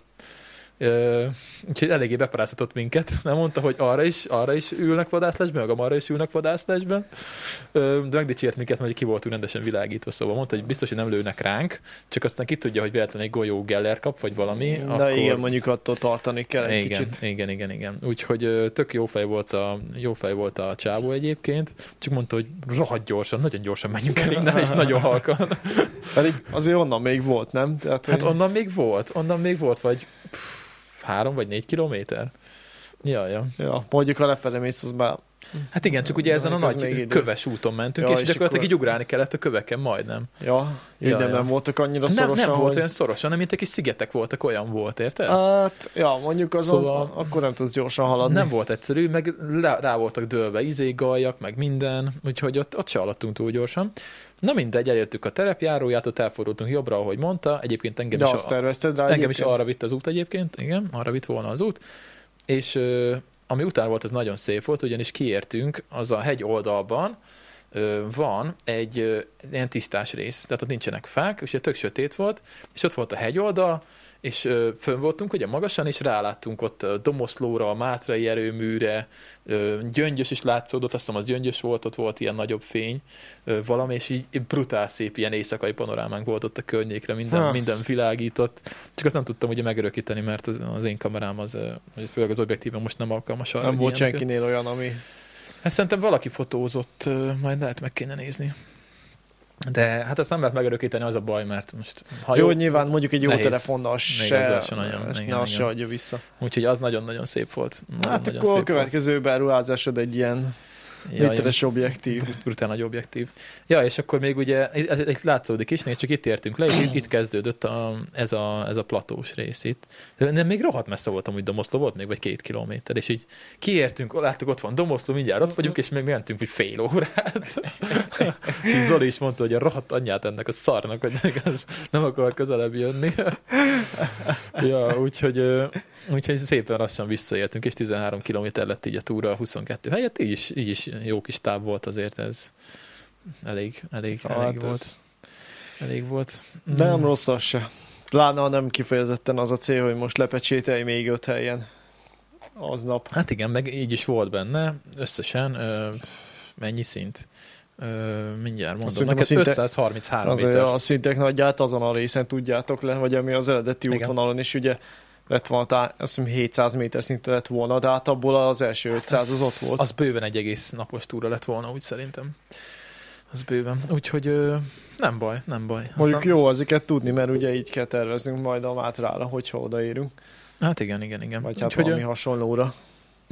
Úgyhogy eléggé beparáztatott minket. Nem mondta, hogy arra is ülnek vadászlásban, meg arra is ülnek vadászlásban. De megdicsért minket, mert ki voltunk rendesen világítva, szóval mondta, hogy biztos, hogy nem lőnek ránk, csak aztán ki tudja, hogy véletlenül egy golyó geller kap, vagy valami. Na akkor... igen, mondjuk attól tartani kell egy kicsit. Igen. Úgyhogy tök jó fej volt a csávó egyébként, csak mondta, hogy rohadt gyorsan, nagyon gyorsan menjünk el innen, és nagyon halkan. Pedig azért onnan még volt, nem? Tehát, hát onnan még volt, vagy 3 vagy 4 kilométer. Ja, mondjuk a lefele mész, az már... Hát igen, csak ugye ezen a nagy köves úton mentünk, és gyakorlatilag így ugrálni kellett a köveken majdnem. Nem voltak annyira szorosan. Nem volt olyan szorosan, nem mint egy kis szigetek voltak, olyan volt, érted? Hát, mondjuk azon akkor nem tudsz gyorsan haladni. Nem volt egyszerű, meg rá voltak dőlve izégaljak, meg minden, úgyhogy ott se haladtunk túl gyorsan. Na mindegy, elértük a terepjáróját, ott elfordultunk jobbra, ahogy mondta. Egyébként engem is arra vitt az út egyébként, igen, arra vitt volna az út. És ami után volt, az nagyon szép volt, ugyanis kiértünk, az a hegy oldalban van egy ilyen tisztás rész, tehát ott nincsenek fák, és tök sötét volt, és ott volt a hegy oldal, és fönn voltunk ugye magasan, és ráláttunk ott Domoszlóra, a Mátrai erőműre, Gyöngyös is látszódott, azt hiszem az Gyöngyös volt, ott volt ilyen nagyobb fény, valami, és így brutál szép ilyen éjszakai panorámánk volt ott a környékre, minden világított. Csak azt nem tudtam ugye megörökíteni, mert az én kamerám az, főleg az objektíven most nem alkalmas arra. Nem volt senkinél olyan, ami... Hát szerintem valaki fotózott, majd lehet meg kéne nézni. De hát ezt nem lehet megörökíteni, az a baj, mert most... Jó, nyilván mondjuk egy jó telefonnal se adja vissza. Úgyhogy az nagyon-nagyon szép volt. Hát akkor a következő beruházásod egy ilyen méteres objektív. Brutál nagy objektív. Ja, és akkor még ugye, itt látszódik is, csak itt értünk le, és itt kezdődött ez a platós rész itt. De még rohadt messze voltam, hogy Domoszló volt még, vagy 2 kilométer, és így kiértünk, láttuk, ott van Domoszló, mindjárt ott vagyunk, és még mentünk, hogy fél órát. És Zoli is mondta, hogy a rohadt anyját ennek a szarnak, hogy nem akar közelebb jönni. Ja, úgyhogy szépen lassan visszaértünk, és 13 kilométer lett így a túra a 22 helyett, így is jó kis táv volt azért, ez elég volt. Elég volt. De nem rossz az se. Pláne, ha nem kifejezetten az a cél, hogy most lepecsételj még 5 helyen aznap. Hát igen, meg így is volt benne, összesen mennyi szint? Mindjárt mondom, neked 533 méter. A szintek nagyját azon a részen tudjátok le, vagy ami az eredeti útvonalon is ugye lett volna, azt hiszem 700 méter szintre lett volna, de hát abból az első 500 az ott volt. Az bőven egy egész napos túra lett volna, úgy szerintem. Az bőven. Úgyhogy nem baj. Mondjuk jó ezeket tudni, mert ugye így kell terveznünk majd a Mátrára, hogyha odaérünk. Hát igen. Vagy hát valami hasonlóra.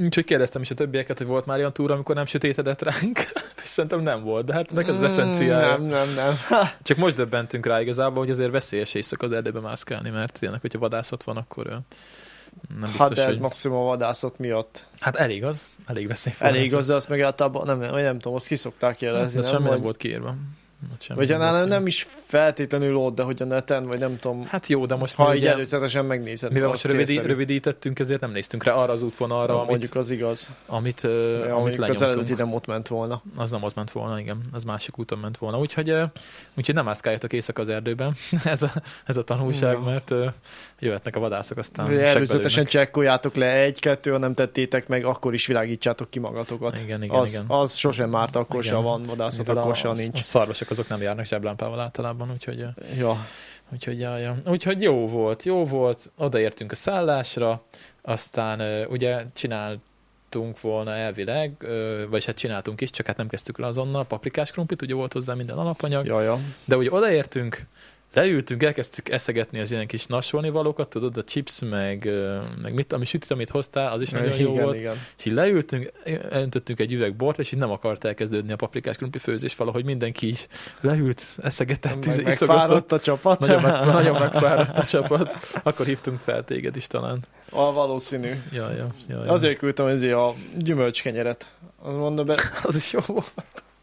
Úgyhogy kérdeztem is a többieket, hogy volt már olyan túra, amikor nem sötétedett ránk. És szerintem nem volt, de hát neked az eszenciája. Nem. Csak most döbbentünk rá igazából, hogy azért veszélyes éjszaka az erdőbe mászkálni, mert tényleg, hogyha vadászat van, akkor nem biztos, Hát de ez hogy... maximum a vadászat miatt. Hát elég az, elég veszély. Elég az, de azt meg általában nem tudom, azt ki szokták jelezni. Ez semmi nem volt kiírva. Vagy nem is feltétlenül ott, de hogy a neten, vagy nem tudom. Hát jó, de most ha így előzetesen megnézed. Mivel most rövidítettünk, ezért nem néztünk rá arra az útvonalra, amit, mondjuk az igaz. Amit mondjuk az eredeti nem ott ment volna. Az nem ott ment volna, igen. Az másik úton ment volna. Úgyhogy nem mászkáljatok éjszaka az erdőben. ez a tanulság, mert jöhetnek a vadászok, aztán előzetesen csekkoljátok le 1-2, ha nem tettétek meg, akkor is világítsátok ki magatokat. Igen. Az sosem márt, akkor se van vadászat, akkor se nincs. A szarvasok azok nem járnak zseblámpával általában, úgyhogy... Ja. Úgyhogy jó volt, odaértünk a szállásra, aztán ugye csináltunk volna elvileg, vagyis hát csináltunk is, csak hát nem kezdtük le azonnal, paprikás krumplit, ugye volt hozzá minden alapanyag, ja. De ugye odaértünk, leültünk, elkezdtük eszegetni az ilyen kis nasolni valókat, tudod, a chips, meg mit, ami sütit, amit hoztál, az is nagyon jó volt. Igen. És így leültünk, elöntöttünk egy üveg bort, és így nem akart elkezdődni a paprikás krumpli főzés, valahogy mindenki így leült, eszegetett, megfáradt a csapat. Nagyon megfáradt a csapat. Akkor hívtunk fel téged is talán. Valószínű. Ja. Azért küldtem ezért a gyümölcskenyeret. Mondom be. Az is jó volt.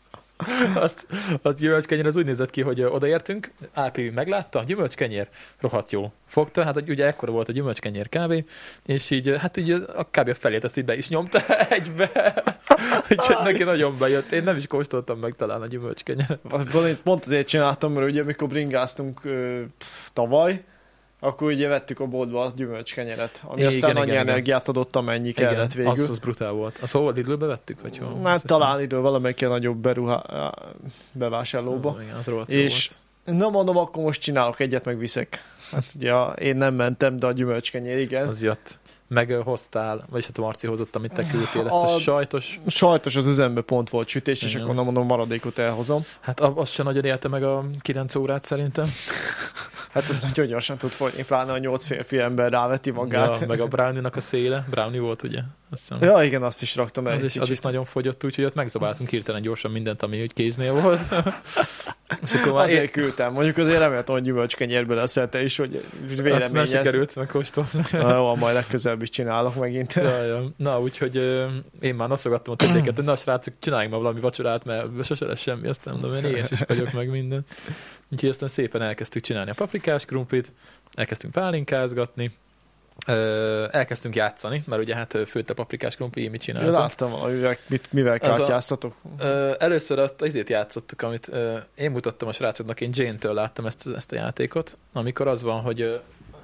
A gyümölcskenyér az úgy nézett ki, hogy odaértünk, Ápi meglátta, gyümölcskenyér, rohadt jó. Fogta, hát ugye ekkora volt a gyümölcskenyér kávé, és így, hát ugye a kb. A felét azt így be is nyomta egybe. Úgyhogy neki nagyon bejött. Én nem is kóstoltam meg talán a gyümölcskenyeret. Pont azért csináltam, mert ugye amikor bringáztunk tavaly, akkor ugye vettük a boltba a gyümölcskenyeret, ami aztán annyi energiát adott, amennyi kellett végül. Az brutál volt. Azt hol Lidlbe vettük? Vagy hol? Hát talán Lidl valamelyik nagyobb bevásárlóba. Igen, az rohadt és nem mondom, akkor most csinálok egyet, meg viszek. Hát ugye én nem mentem, de a gyümölcskenyér, igen. Az jött. Meghoztál, vagyis hát a Marci hozott, amit te küldtél, ezt a sajtos... Sajtos az üzembe pont volt sütés, és akkor nem mondom, maradékot elhozom. Hát az se nagyon élte meg a 9 órát szerintem. Hát az nagyon gyorsan tud folyni, pláne a 8 férfi ember ráveti magát. Ja, meg a brownie-nak a széle. Brownie volt, ugye? Ja, igen, azt is raktam el. Az is nagyon fogyott, úgyhogy ott megzabáltunk hirtelen gyorsan mindent, ami úgy kéznél volt. És akkor azért küldtem. Mondjuk azért reméltem, hogy gyümölcskenyérből leszel te is, hogy véleményez. Nem sikerült megkóstolni. Jó, majd legközelebb is csinálok megint. Ja. Na, úgyhogy én már noszogattam a többieket, hogy na srácok, csináljunk már valami vacsorát, mert sose lesz semmi, aztán mondom, én éhes is vagyok meg minden. Úgyhogy aztán szépen elkezdtük csinálni a paprikás krumplit, elkezdtünk pálinkázgatni, elkezdtünk játszani, mert ugye hát főtt a paprikás krumpli, mit csináltunk. Láttam, mivel kártyáztatok. Először azért játszottuk, amit én mutattam a srácoknak, én Jane-től láttam ezt a játékot, amikor az van, hogy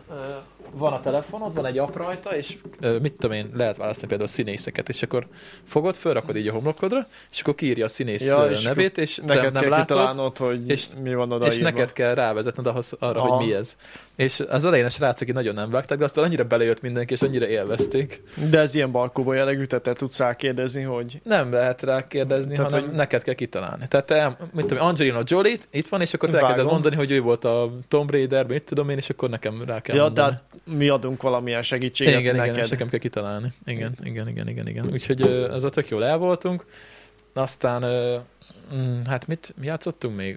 van a telefonod, van egy app rajta, és mit tudom én, lehet választani például a színészeket, és akkor fogod, fölrakod így a homlokodra, és akkor kiírja a színész nevét, és neked nem kell látod, kitalálnod, hogy és, mi van odaírva. És neked kell rávezetned arra, hogy mi ez. És az elején a srácok így nagyon nem vágták, de aztán annyira belejött mindenki, és annyira élvezték. De ez ilyen balkóba jellegű, tehát te tudsz rákérdezni, hogy... Nem lehet rákérdezni, hanem hogy neked kell kitalálni. Tehát mit tudom, Angelina Jolie itt van, és akkor te elkezded mondani, hogy ő volt a Tomb Raider, mit tudom én, és akkor nekem rá kell mondani. Tehát mi adunk valamilyen segítséget igen, neked. Igen, és nekem kell kitalálni. Igen. Úgyhogy ezzel tök jól el voltunk. Aztán, hát mit játszottunk még?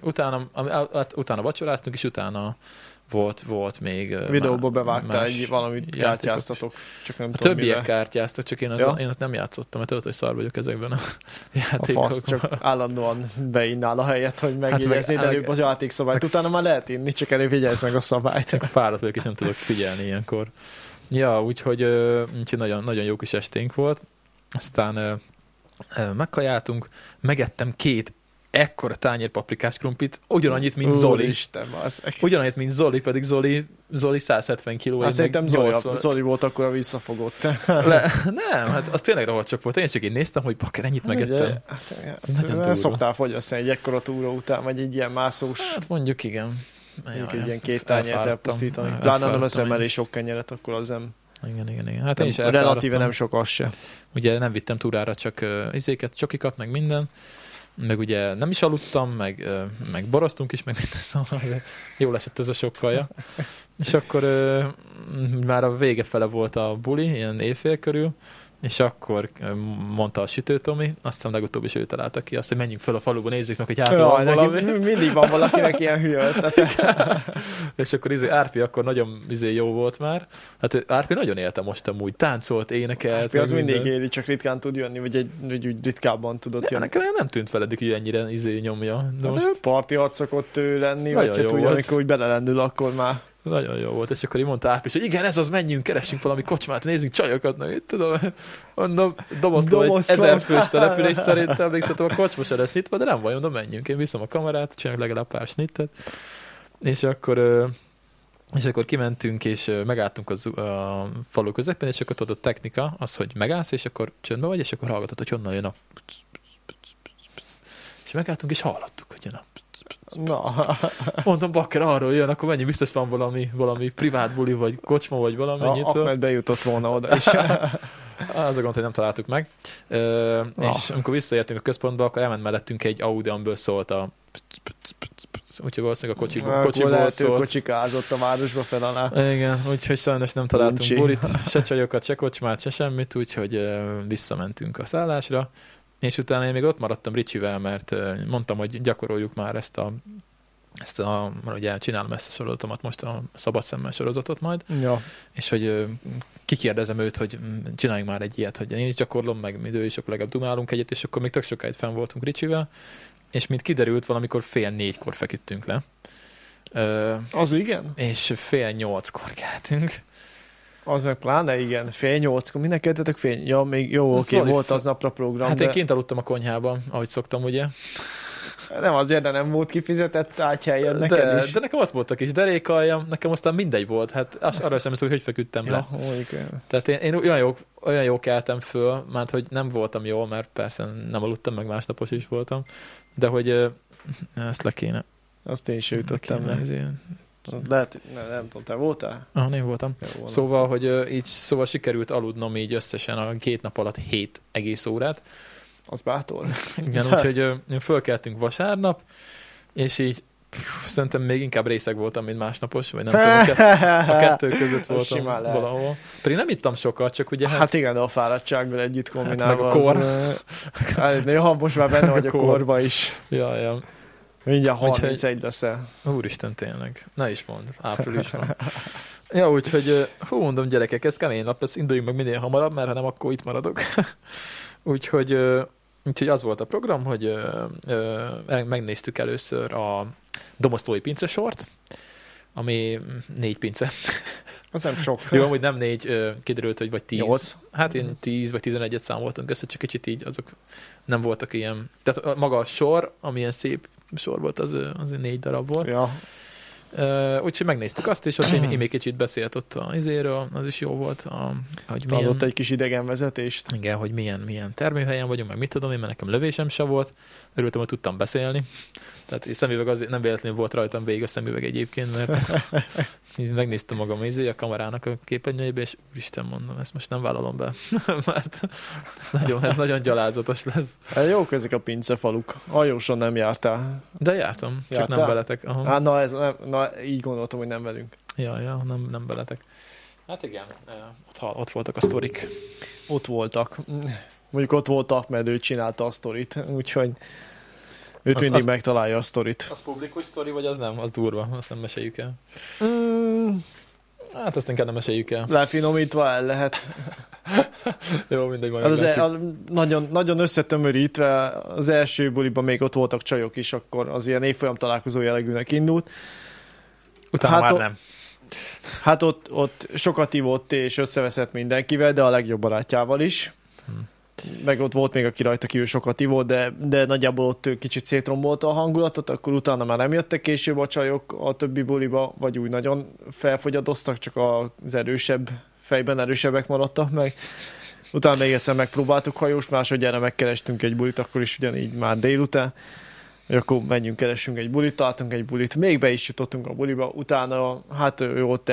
Utána vacsoráztunk, és utána volt még... Videóba bevágtál valamit kártyáztatok, csak nem tudom többiek kártyáztak, csak én ott nem játszottam, mert tudod, hogy szar vagyok ezekben a játékokban. A fasz, csak állandóan beinnál a helyet, hogy megjegyeznéd előbb az játékszabályt. Utána már lehet inni, csak előbb vigyázz meg a szabályt. Fáradt vagyok, és nem tudok figyelni ilyenkor. Ja, úgyhogy nagyon, nagyon jó kis esténk volt. Aztán megkajáltunk, megettem 2 ekkora tányér paprikás krumplit, ugyanannyit, mint Zoli. Ugyanannyit, mint Zoli, pedig Zoli 170 kiló. Hát szerintem Zoli volt akkor a visszafogott. Nem, hát az tényleg rohadt sok volt. Én csak így néztem, hogy bakker, ennyit megettem. Szoktál fogyasztani egy ekkora túra után, vagy egy ilyen mászós... Hát mondjuk igen. Egy ilyen 2 tányért elpusztítani. Pláne nem eszem elé sok kenyeret, akkor az nem... Igen. Hát én is relatíve nem sok az se. Ugye nem vittem túrára csak csokikat, meg minden. Meg ugye nem is aludtam, meg boroztunk is, meg minden, szóval jól esett ez a sok kaja. És akkor már a vége fele volt a buli, ilyen éjfél körül, és akkor mondta a Sütő Tomi, aztán legutóbb is ő találta ki azt, hogy menjünk fel a faluba, nézzük meg, hogy van valami. Mindig van valakinek ilyen hülye ötlete. És akkor Árpi akkor nagyon jó volt már. Hát Árpi nagyon élte most amúgy, táncolt, énekelt. Árpi az mindig éli, csak ritkán tud jönni, vagy úgy ritkábban tudott jönni. Nekem nem tűnt fel eddig, hogy ennyire nyomja. De hát most... parti arc szokott ő lenni, vagy hát úgy, amikor úgy belelendül, akkor már. Nagyon jó volt, és akkor így mondta Árpi, hogy igen, ez az, menjünk, keressünk valami kocsmát, nézzünk csajokat, na itt tudom, mondom, Domoszló egy 1000 fős település szerintem, még szerintem a kocsma se lesz nyitva, de nem baj, mondom, menjünk, én viszem a kamerát, csináljuk legalább pár snittet, és akkor kimentünk, és megálltunk a falu közepén, és akkor tudod a technika az, hogy megállsz, és akkor csöndben vagy, és akkor hallgatod, hogy honnan jön a és megálltunk, és hallottuk, hogy jön a Na. Mondtam, bakker, arról jön, akkor mennyi biztos van valami privát buli, vagy kocsma, vagy valami. Ahmed bejutott volna oda is. Az a gond, hogy nem találtuk meg. És amikor visszaértünk a központba, akkor elment mellettünk egy Audi, amiből szólt a úgyhogy valószínűleg a kocsiból szólt. Kocsikázott a városba fel alá. Igen, úgyhogy sajnos nem találtunk bulit, se csajokat, se kocsmát, se semmit, úgyhogy visszamentünk a szállásra. És utána én még ott maradtam Ricsivel, mert mondtam, hogy gyakoroljuk már ezt a ugye csinálom ezt a sorozatomat most, a Szabad Szemmel sorozatot majd, ja. És hogy kikérdezem őt, hogy csináljunk már egy ilyet, hogy én is gyakorlom, meg idő is, akkor legalább dumálunk egyet, és akkor még tök sokáig fenn voltunk Ricsivel, és mint kiderült, valamikor 7:30 feküdtünk le. Az igen? És 7:30 keltünk. Az meg pláne, igen. 7:30, minek keltetek Ja, még jó, oké, volt aznap a program. Hát én kint aludtam a konyhában, ahogy szoktam, ugye. Nem azért, de nem volt kifizetett ágyhelyen neked is. De nekem ott volt a kis derékaljam, nekem aztán mindegy volt. Hát arra sem szól, hogy feküdtem le. Tehát én olyan jó keltem föl, mert hogy nem voltam jól, mert persze nem aludtam, meg másnapos is voltam. De hogy ezt le kéne. Azt én is ütottam le. Lehet, nem tudom, te voltál? Én voltam. Szóval, hogy így sikerült aludnom így összesen a 2 nap alatt 7 egész órát. Az bátor. Igen, úgyhogy fölkeltünk vasárnap, és így szerintem még inkább részeg voltam, mint másnapos, vagy nem tudom, a kettő között voltam valahol. Pedig nem ittam sokat, csak ugye... Hát igen, de a fáradtsággal együtt kombinálva. Hát meg a kor. Jó, most már benne vagy a korba is. Ja. Mindjárt 31 leszel. Úristen, tényleg. Ne is mondd, április van. Ja, úgyhogy, mondom, gyerekek, ez kemény nap, ezt induljunk meg minél hamarabb, mert ha nem, akkor itt maradok. Úgyhogy az volt a program, hogy megnéztük először a Domoszlói pincesort, ami 4 pince. Az nem sok. Jó, amúgy nem 4, kiderült, hogy vagy 10. 8. Hát én 10 vagy 11-et számoltunk össze, csak kicsit így azok nem voltak ilyen. Tehát maga a sor, amilyen szép sor volt, az 4 darab volt. Ja. Úgyhogy megnéztük azt, és ott én még kicsit beszélt ott az izéről, az is jó volt. Hogy adott egy kis idegenvezetést. Igen, hogy milyen termőhelyen vagyunk, meg mit tudom én, mert nekem lövésem se volt. Örültem, hogy tudtam beszélni. Tehát szemüveg azért nem véletlenül volt rajtam végig a szemüveg egyébként, mert megnéztem magam a kamerának a képernyőjébe, és úristen, mondom, ezt most nem vállalom be, mert ez nagyon gyalázatos lesz. Jók ezek a pincefaluk. Hajóson nem jártál. De jártam, csak nem veletek. Így gondoltam, hogy nem velünk. Ja, nem veletek. Hát igen, ott voltak a sztorik. Ott voltak. Mondjuk ott voltak, mert ő csinálta a sztorit, úgyhogy őt mindig megtalálja a sztorit. Az publikus sztori, vagy az nem? Az durva, azt nem meséljük el. Hát azt inkább nem meséljük el. Lefinomítva el lehet. Jó, mindegy, nagyon, nagyon összetömörítve az első buliban még ott voltak csajok is, akkor az ilyen évfolyam találkozó jellegűnek indult. Utána már nem. Hát ott sokat ivott és összeveszett mindenkivel, de a legjobb barátjával is. Meg ott volt még, aki rajta kívül sokat ivott, de nagyjából ott kicsit szétrombolta a hangulatot, akkor utána már nem jöttek később a csajok a többi buliba, vagy úgy nagyon felfogyadoztak, csak az fejben erősebbek maradtak meg. Utána még egyszer megpróbáltuk hajós, másodjára megkerestünk egy bulit, akkor is ugyanígy már délután, hogy akkor menjünk, keressünk egy bulit, találtunk egy bulit, még be is jutottunk a buliba, utána hát ő ott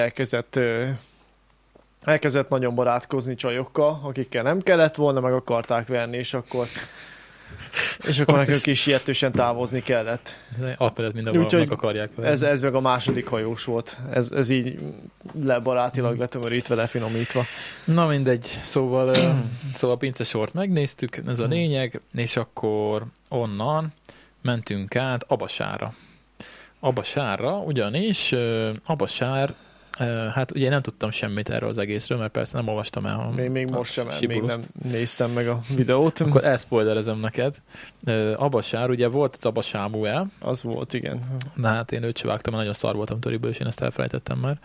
elkezdett nagyon barátkozni csajokkal, akikkel nem kellett volna, meg akarták verni, és akkor És akkor nekünk is sietősen távozni kellett. Alpedet mindenhol meg akarják. Ez meg a második hajós volt. Ez így barátilag letömörítve, lefinomítva. Na mindegy, szóval a pincesort megnéztük, ez a lényeg, és akkor onnan mentünk át Abasárra, ugyanis Abasár, hát ugye nem tudtam semmit erről az egészről, mert persze nem olvastam el. Még most sem, még nem néztem meg a videót. Akkor elszpoilerezem neked. Abasár, ugye volt az Aba Sámuel. Az volt, igen. Na hát én őt se vágtam, mert nagyon szar voltam töriből, és én ezt elfelejtettem már.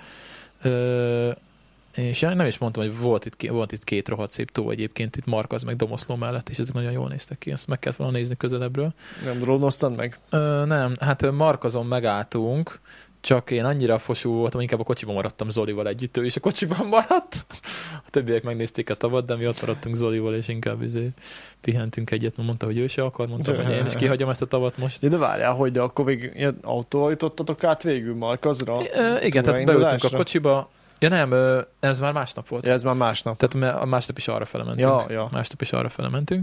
És nem is mondtam, hogy volt itt két rohadt szép tó egyébként, itt Markaz meg Domoszló mellett, és ezek nagyon jól néztek ki. Ezt meg kellett volna nézni közelebbről. Nem drónoztad meg? Nem, hát Markazon megálltunk, csak én annyira fosú voltam, inkább a kocsiban maradtam Zolival együtt, ő is a kocsiban maradt. A többiek megnézték a tavat, de mi ott maradtunk Zolival, és inkább pihentünk egyet, mert mondta, hogy ő se akar, mondtam, hogy én is kihagyom ezt a tavat most. De várjál, hogy de akkor végül autóval jutottatok át végül Markazra? Igen, tehát beültünk a kocsiba. Ja nem, ez már másnap volt. Ja, ez már másnap. Tehát a másnap is arra fele mentünk. Ja. Másnap is arra fele mentünk.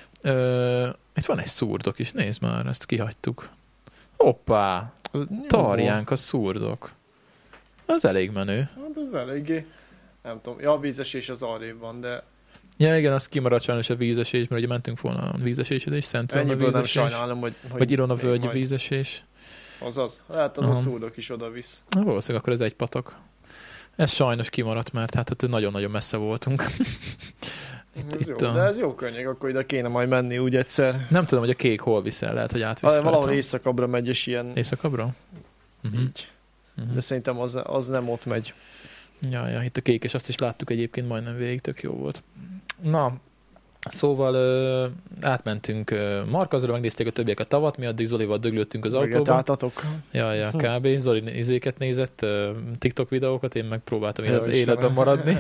Itt van egy szurdok is, nézd már, ezt kihagytuk. Hoppá! Tarjánk a szurdok. Az elég menő. Hát az eléggé. Nem tudom. Ja, a vízesés az arrébb van, de... Ja, igen, az kimaradt sajnos a vízesés, mert ugye mentünk volna a vízesésre, és Szentről a vízesés. Nem sajnálom, hogy vagy Ilona völgyi vízesés. Azaz. Hát az a szurdok is oda visz. Na, valószínűleg akkor ez egy patak. Ez sajnos kimaradt, mert hát ott nagyon-nagyon messze voltunk. De ez jó könnyeg, akkor ide kéne majd menni úgy egyszer. Nem tudom, hogy a kék hol viszel, lehet, hogy átvisz. Valahol éjszakabbra megy, és ilyen... Éjszakabbra? Így. De szerintem az nem ott megy. Ja, itt a kék, és azt is láttuk egyébként majdnem végig, tök jó volt. Na, szóval átmentünk Markazra, megnézték a többiek a tavat, mi addig Zolival döglődtünk az autóban. Vegetáltatok? Ja, kb. Zoli izéket nézett, TikTok videókat, én meg próbáltam életben maradni.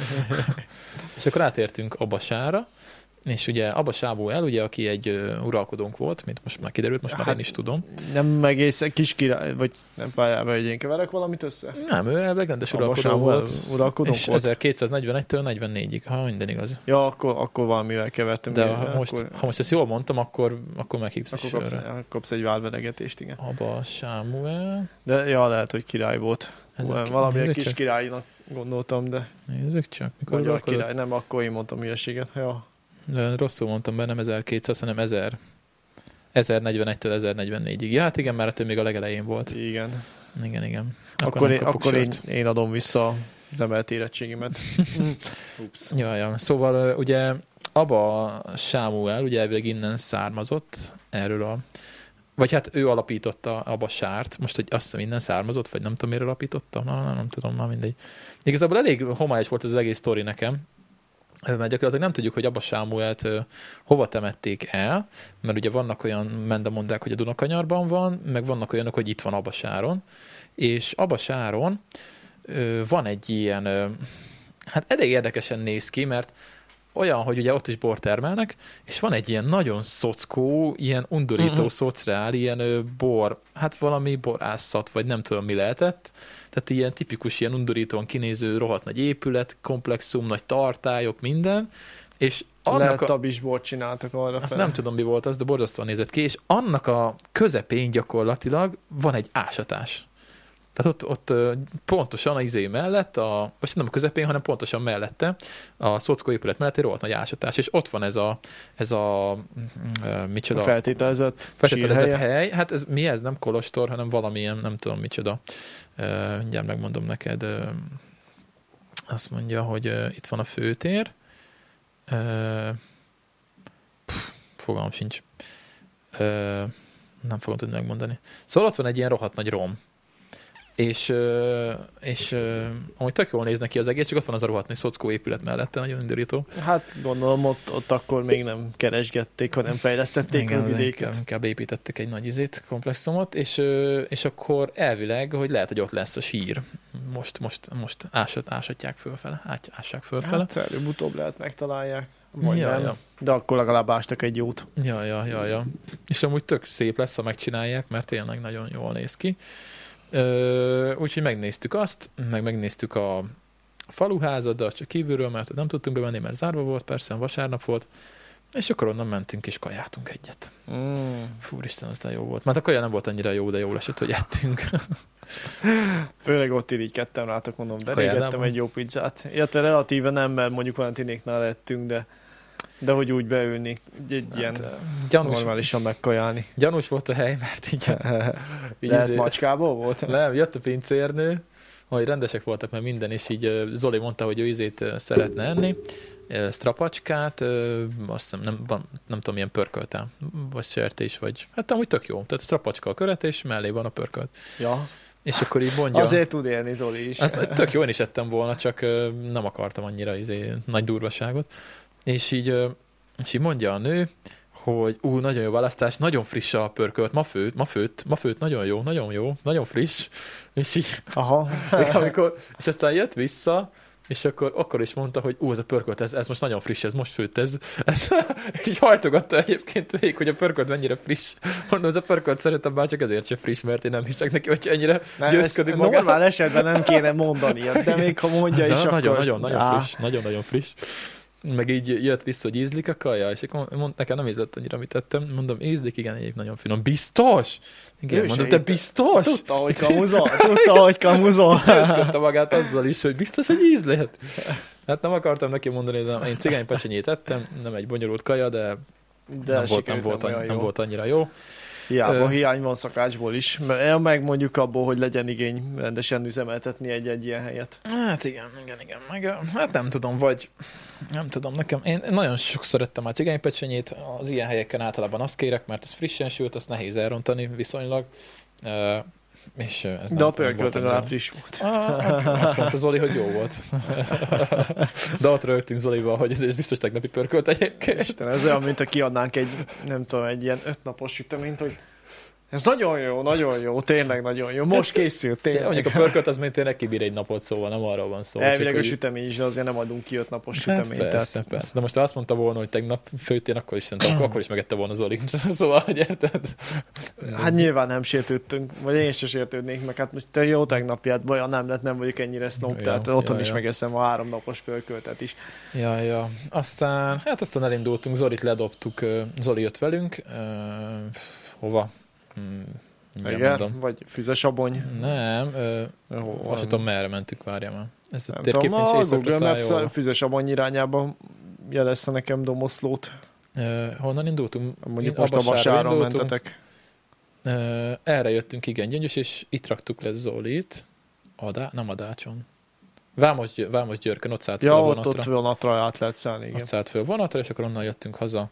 És akkor átértünk Abasárra, és ugye Aba Sámuel, ugye, aki egy uralkodónk volt, mint most már kiderült, most már én is tudom. Nem egészen kis király, vagy nem pályában, hogy én keverek valamit össze? Nem, ő elvileg rendes uralkodó volt. Uralkodónk és volt. 1241-től 44-ig, ha minden igaz. Ja, akkor valamivel kevertem. De ha most ezt jól mondtam, akkor meghívsz a sörre. Akkor kapsz egy válveregetést, igen. Aba Sámuel. De ja, lehet, hogy király volt. Valamilyen kis királynak gondoltam, de... Nézzük csak. Mikor magyar király, nem, akkor én mondtam hülyeséget. Ja. De rosszul mondtam be, nem 1200, hanem 1041-től 1044-ig. Ja, hát igen, már ettől még a legelején volt. Igen. Igen. Akkor én adom vissza az emelt érettségimet. Ups. Ja. Szóval ugye Aba Sámuel, ugye elvileg innen származott erről vagy hát ő alapította Aba Sárt, most hogy azt hiszem innen származott, vagy nem tudom miért alapította, nem tudom, már mindegy. Igazából elég homályos volt az egész sztori nekem, mert gyakorlatilag nem tudjuk, hogy Aba Sámuelt hova temették el, mert ugye vannak olyan mendemondák, hogy a Dunakanyarban van, meg vannak olyanok, hogy itt van Abasáron, és Abasáron van egy ilyen, hát elég érdekesen néz ki, mert olyan, hogy ugye ott is bort termelnek, és van egy ilyen nagyon szockó, ilyen undorító szociál, ilyen bor, hát valami borászat, vagy nem tudom mi lehetett, tehát ilyen tipikus, ilyen undorítóan kinéző, rohadt nagy épület, komplexum, nagy tartályok, minden, és lehet tabisbort csináltak arra fel. Nem tudom, mi volt az, de borzasztóan nézett ki, és annak a közepén gyakorlatilag van egy ásatás. Tehát ott pontosan a izé mellett, vagy nem a közepén, hanem pontosan mellette, a szockó épület mellett egy rohadt nagy ásatás, és ott van ez a micsoda? A feltételezett hely. Hát mi ez? Nem kolostor, hanem valamilyen, nem tudom micsoda. Mindjárt megmondom neked. Azt mondja, hogy itt van a főtér. Fogalmam sincs. Nem fogom tudni megmondani. Szóval ott van egy ilyen rohadt nagy rom. És amúgy tök jól néz neki az egész, csak ott van az a rohadt nagy szockó épület mellette, nagyon undorító. Hát gondolom ott akkor még nem keresgették, hanem fejlesztették a vidéket. Inkább építettek egy nagy komplexumot, és akkor elvileg, hogy lehet, hogy ott lesz a sír. Most ásatják fölfele, ássák fölfele. Hát előbb-utóbb lehet megtalálják. Ja. De akkor legalább ástak egy jót. Ja. És amúgy tök szép lesz, ha megcsinálják, mert tényleg nagyon jól néz ki. Úgyhogy megnéztük azt, megnéztük a faluházat, de azt csak kívülről, mert nem tudtunk bemenni, mert zárva volt, persze vasárnap volt. És akkor onnan mentünk és kajáltunk egyet. Fúristen, aztán jó volt. Mert a kaja nem volt annyira jó, de jól esett, hogy ettünk. Főleg ott irigykedtem rátok, mondom, de régettem egy jó pizzát. Illetve relatíve nem, mert mondjuk Valentinéknál ettünk, de hogy úgy beülni, egy ilyen normálisan megkajálni. Gyanús volt a hely, mert így... Lehet macskából volt? Nem, jött a pincérnő, hogy rendesek voltak, mert minden, és így Zoli mondta, hogy ő ízét szeretne enni, strapacskát, azt hiszem, nem tudom, milyen pörköltel, vagy sertés, vagy hát amúgy tök jó. Tehát strapacska a köret, és mellé van a pörkölt. Ja. És akkor így mondja... Azért tud élni Zoli is. Azt tök jó, én is ettem volna, csak nem akartam annyira nagy durvaságot. És így mondja a nő, hogy nagyon jó választás, nagyon friss a pörkölt, ma főtt, nagyon jó, nagyon friss. És így, aha. És aztán jött vissza, és akkor is mondta, hogy ez a pörkölt, ez most nagyon friss, ez most főtt, ez és így hajtogatta egyébként végig, hogy a pörkölt mennyire friss. Mondom, ez a pörkölt szeretem már csak ezért sem friss, mert én nem hiszek neki, hogy ennyire győzködik magát. Normál esetben nem kéne mondani, de még ha mondja is, akkor... Nagyon friss. Meg így jött vissza, hogy ízlik a kaja, és nekem nem ízlett annyira, amit tettem. Mondom, ízlik, igen, egyébként nagyon finom. Biztos? Igen, mondom, te biztos? Tudta, hogy kamuzol. Győzködte magát azzal is, hogy biztos, hogy íz lehet. Hát nem akartam neki mondani, de én cigánypecsenyét ettem, nem egy bonyolult kaja, de nem volt annyira jó. Hiány van szakácsból is, meg mondjuk abból, hogy legyen igény rendesen üzemeltetni egy ilyen helyet. Hát igen. Hát nem tudom, nekem, én nagyon sokszor ettem már cigánypecsenyét, az ilyen helyeken általában azt kérek, mert ez frissen sült, azt nehéz elrontani viszonylag. És ez de a pörkölt legalább friss volt. Azt mondta Zoli, hogy jó volt. De ott rögtünk Zolival, hogy ez biztos tegnapi pörkölt egyébként. Isten, ez olyan, mint ha kiadnánk egy ilyen 5 napos süteményt, hogy ez nagyon jó, tényleg nagyon jó. Most készült, tényleg. Mondjuk a pörkölt az még tényleg kibír egy napot, szóval nem arról van szó. Elvileg a sütemény is, de azért nem adunk ki 5 napos süteményt. Persze. De most azt mondta volna, hogy tegnap főtén, akkor is megette volna Zoli. Szóval, hogy érted? Hát nyilván nem sértődtünk, vagy én sem sértődnék, meg hát most te jó tegnapját, baja nem lett, nem vagyok ennyire snob, tehát otthon is megeszem a 3 napos pörköltet is. Ja. Aztán elindultunk, Zolit ledobtuk, Zoli jött velünk. Hova? Igen, mondom. Vagy Füzesabony? Nem, azt tudom, merre mentük, várjál már. Ez nem tudom, a Google Maps Füzesabony irányába jelezte nekem Domoszlót. Honnan indultunk? Mondjuk most a Vasáron mentetek. Erre jöttünk, igen, Gyöngyös, és itt raktuk le Zolit. Nem Adácson. Vámos Györkön, ott szállt föl a vonatra. Ott vonatra át lehet szállni, igen. Ott szállt föl vonatra, és akkor onnan jöttünk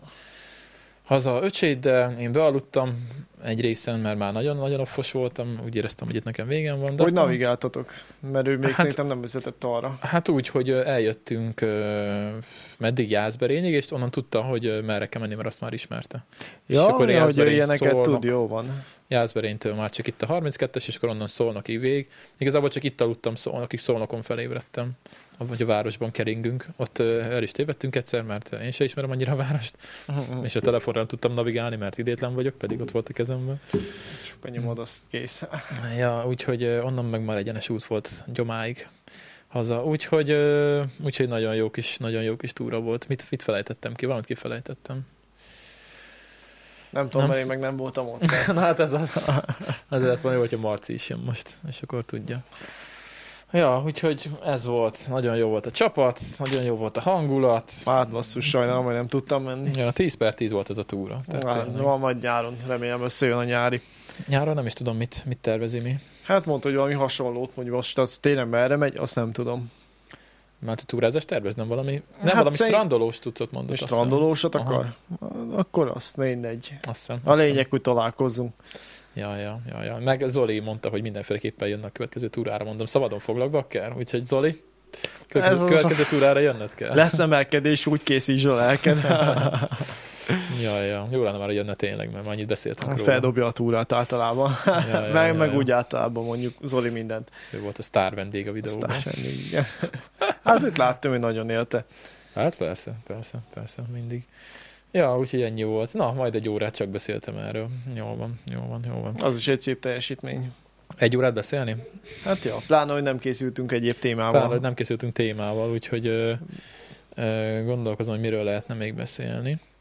haza öcséddel, én bealudtam egy részen, mert már nagyon-nagyon offos voltam, úgy éreztem, hogy itt nekem végem van. Hogy navigáltatok? Mert ő még szerintem nem vezetett arra. Hát úgy, hogy eljöttünk meddig Jászberényig, és onnan tudta, hogy merre kell menni, mert azt már ismerte. Ja, és akkor hogy ő ilyeneket tud, jó van. Jászberénytől már csak itt a 32-es, és akkor onnan Szolnokig végig. Igazából csak itt aludtam Szolnokig, Szolnokon felébredtem. Vagy a városban keringünk. Ott el is tévedtünk egyszer, mert én sem ismerem annyira a várost. És a telefonra nem tudtam navigálni, mert idétlen vagyok, pedig ott volt a kezemben. És akkor nyomod, azt kész. Ja, úgyhogy onnan meg már egyenes út volt Gyomáig haza. Úgyhogy nagyon jó kis túra volt. Mit felejtettem ki? Valamit kifelejtettem. Nem tudom, mert én meg nem voltam ott. Na hát ez az. Azért lett volna jó, hogyha Marci is jön most, és akkor tudja. Ja, úgyhogy ez volt. Nagyon jó volt a csapat, nagyon jó volt a hangulat. Hát basszus, sajnálom, hogy nem tudtam menni. Ja, 10/10 volt ez a túra. Van majd nyáron, remélem összejön a nyári. Nyáron nem is tudom, mit tervezi mi. Hát mondta, hogy valami hasonlót, hogy most az tényleg merre megy, azt nem tudom. Mert a túrázás tervez, nem valami? Nem, valami strandolós tudszot mondott. Strandolósat akar? Akkor azt mindegy. Azt a lényeg, hogy találkozzunk. Ja. Meg Zoli mondta, hogy mindenféleképpen jönnek a következő túrára, mondom, szabadon foglak bakker, úgyhogy Zoli, következő túrára jönned kell. Lesz emelkedés, úgy készíts a lelked. Ja. Jó lenne már, hogy jönne tényleg, mert már annyit beszéltünk róla. Feldobja a túrát általában. Meg úgy általában mondjuk Zoli mindent. Ő volt a sztár vendég a videóban. Sztár vendég, igen. Hát itt láttam, hogy nagyon élte. Hát persze, mindig. Ja, úgyhogy ennyi volt. Na, majd egy órát csak beszéltem erről. Jó van. Az is egy szép teljesítmény. 1 órát beszélni? Hát ja, pláne, hogy nem készültünk egyéb témával. Úgyhogy gondolkozom, hogy miről lehetne még beszélni.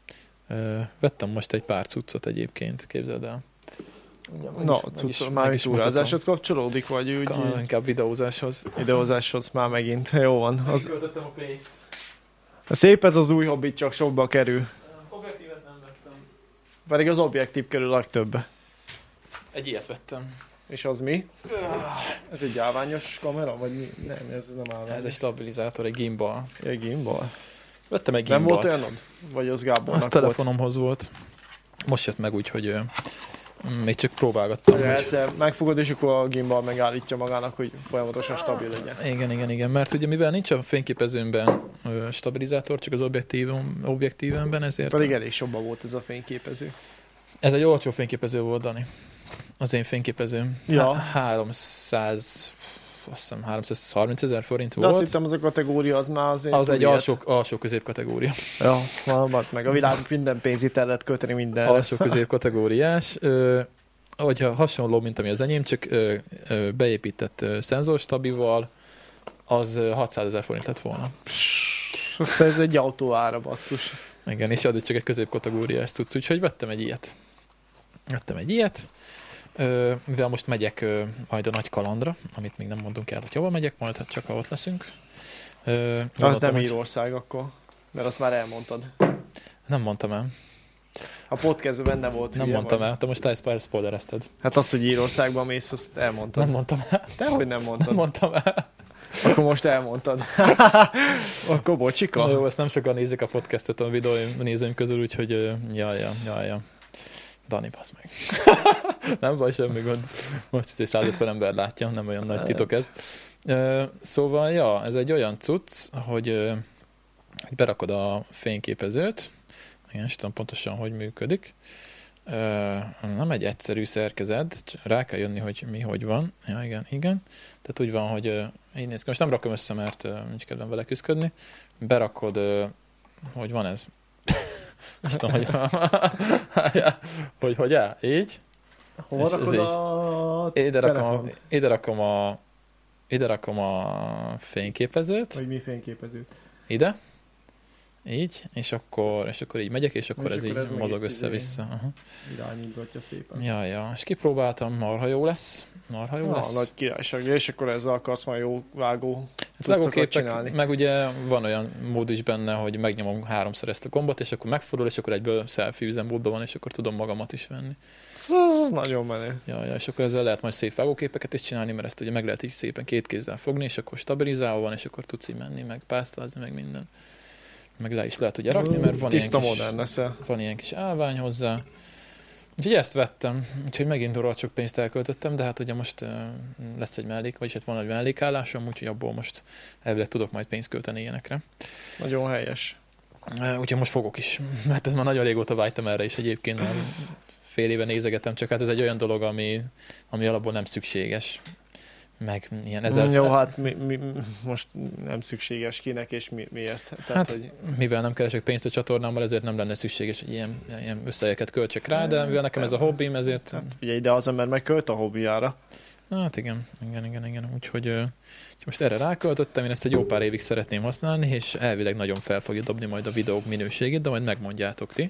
Vettem most egy pár cuccot egyébként, képzeld el. Na, cuccot, már is túrázáshoz kapcsolódik, vagy úgy? Inkább videózáshoz. Videózáshoz már megint, jó van. Megköltöttem a pénzt. Szép ez az új hobbit, csak sokba kerül. Objektívet nem vettem. Pedig az objektív kerül a legtöbbe. Egy ilyet vettem. És az mi? Ez egy állványos kamera, vagy mi? Nem, ez nem állványos. Ez egy stabilizátor, egy gimbal. Egy gimbal? Vettem egy gimbalt. Nem volt olyanod? Vagy az Gábornak az telefonomhoz volt. Most jött meg úgy, hogy még csak próbálgattam. Ezzel megfogod, és akkor a gimbal megállítja magának, hogy folyamatosan stabil legyen. Igen, mert ugye mivel nincs a fényképezőmben stabilizátor, csak az objektívemben, ezért... Pedig elég sokba volt ez a fényképező. Ez egy olcsó fényképező volt, Dani. Az én fényképezőm. Ja. 330 000 forint volt. De azt hittem, az a kategória az már azért... Az egy alsó közép kategória. Ja, az meg. A világ minden pénzit el lehet kötni mindenre. Alsó közép kategóriás. Hogyha hasonló, mint ami az enyém, csak beépített szenzorstabival, az 600 000 forint lett volna. Ez egy autó ára, basszus. Igen, és az csak egy középkategóriás cucc, úgyhogy vettem egy ilyet. Mivel most megyek majd a nagy kalandra, amit még nem mondunk el, hogy hova megyek, majd hát csak ott leszünk. Az nem Írország akkor, mert azt már elmondtad. Nem mondtam el. A podcastben benne volt. Nem mondtam el, te most spoilerezted. Hát az, hogy Írországban mész, azt elmondtad. Nem mondtam el. Dehogy nem mondtad. Nem mondtam el. Akkor most elmondtad. Akkor bocsika. Jó, ezt nem sokan nézik a podcastet a videó nézőim közül, úgyhogy jaj. Dani, basz meg. Nem baj, semmi gond. Most is 150 ember látja, nem olyan nagy titok ez. Szóval, ja, ez egy olyan cucc, hogy berakod a fényképezőt, igen, tudom pontosan, hogy működik. Nem egy egyszerű szerkezet, rá kell jönni, hogy mi, hogy van. Ja, igen. Tehát úgy van, hogy így néz ki. Most nem rakom össze, mert nincs kedvem vele küzdködni. Berakod, hogy van ez? Most tudom, hogy így. Hova rakod a telefont? Ide rakom a fényképezőt. Vagy mi fényképezőt? Ide. Így, és akkor így megyek, és akkor ez mozog össze-vissza. Irányítgatja szépen. Ja, és kipróbáltam, marha jó lesz. Nagy királyság, és akkor ezzel akarsz majd jó vágó cuccokat csinálni. Meg ugye van olyan mód is benne, hogy megnyomom 3-szor ezt a gombot, és akkor megfordul, és akkor egyből selfie üzemmódban van, és akkor tudom magamat is venni. Ez nagyon menő. Ja, és akkor ezzel lehet majd szép vágóképeket is csinálni, mert ezt ugye meg lehet így szépen 2 kézzel fogni, és akkor stabilizálva van, és akkor tudsz így menni, meg pásztázni, meg minden. Meg le is lehet ugye rakni, mert van ilyen kis állvány hozzá. Úgyhogy ezt vettem, úgyhogy megint rohadt sok pénzt elköltöttem, de hát ugye most lesz egy vagyis hát van egy mellékállásom, úgyhogy abból most elvileg tudok majd pénzt költeni ilyenekre. Nagyon helyes. Úgyhogy most fogok is, mert ez már nagyon régóta vágytam erre is egyébként, már fél éve nézegetem, csak hát ez egy olyan dolog, ami alapból nem szükséges. Meg ilyen 1000... Jó, hát most nem szükséges kinek, és miért? Tehát, hogy... mivel nem keresek pénzt a csatornámmal, ezért nem lenne szükséges, hogy ilyen összegeket költsek rá, de mivel nekem ez a hobbim, ezért... Hát figyelj, de az ember megkölt a hobbiára. Hát igen. Úgyhogy most erre ráköltöttem, én ezt egy jó pár évig szeretném használni, és elvileg nagyon fel fogja dobni majd a videók minőségét, de majd megmondjátok ti.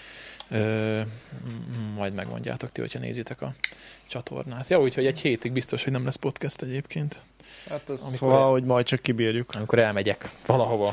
Majd megmondjátok ti, hogyha nézitek a csatornát. Ja, úgyhogy egy hétig biztos, hogy nem lesz podcast egyébként. Hát ez szóval, hogy majd csak kibírjuk. Amikor elmegyek valahova.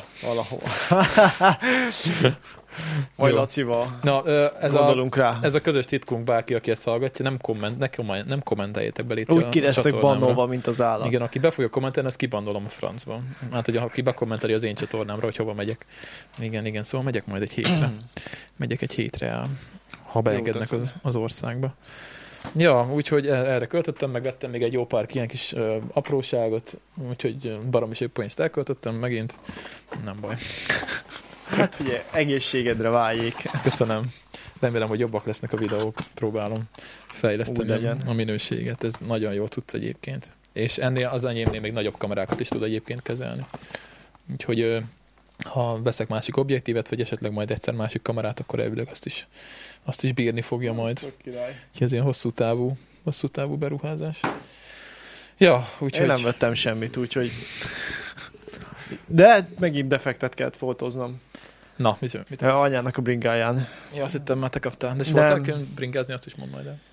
Majd Lacival gondolunk rá. Ez a közös titkunk, bárki, aki ezt hallgatja, nem kommenteljétek be. Úgy kireztek bannolva, mint az állat. Igen, aki be fogja kommentelni, azt kibandolom a francba. Hát, hogy aki bekommenteli az én csatornámra, hogy hova megyek. Igen, szóval megyek majd egy hétre. Ha beengednek az országba. Ja, úgyhogy erre költöttem, meg vettem még egy jó pár ilyen kis apróságot, úgyhogy baromi szép pénzt elköltöttem megint. Nem baj. Hát figyelj, egészségedre váljék. Köszönöm. Remélem, hogy jobbak lesznek a videók. Próbálom fejleszteni a minőséget. Ez nagyon jó cucc egyébként. És ennél az enyémnél még nagyobb kamerákat is tud egyébként kezelni. Úgyhogy ha veszek másik objektívet, vagy esetleg majd egyszer másik kamerát, akkor elvileg azt is bírni fogja majd. Ez ilyen hosszú távú beruházás. Ja, úgyhogy... Én nem vettem semmit, úgyhogy... De megint defektet kellett fotóznom. Na, mit? Anyának a bringáján. Ja, azt hittem már te kaptál. De Nem. voltál bringázni, azt is mondd majd el.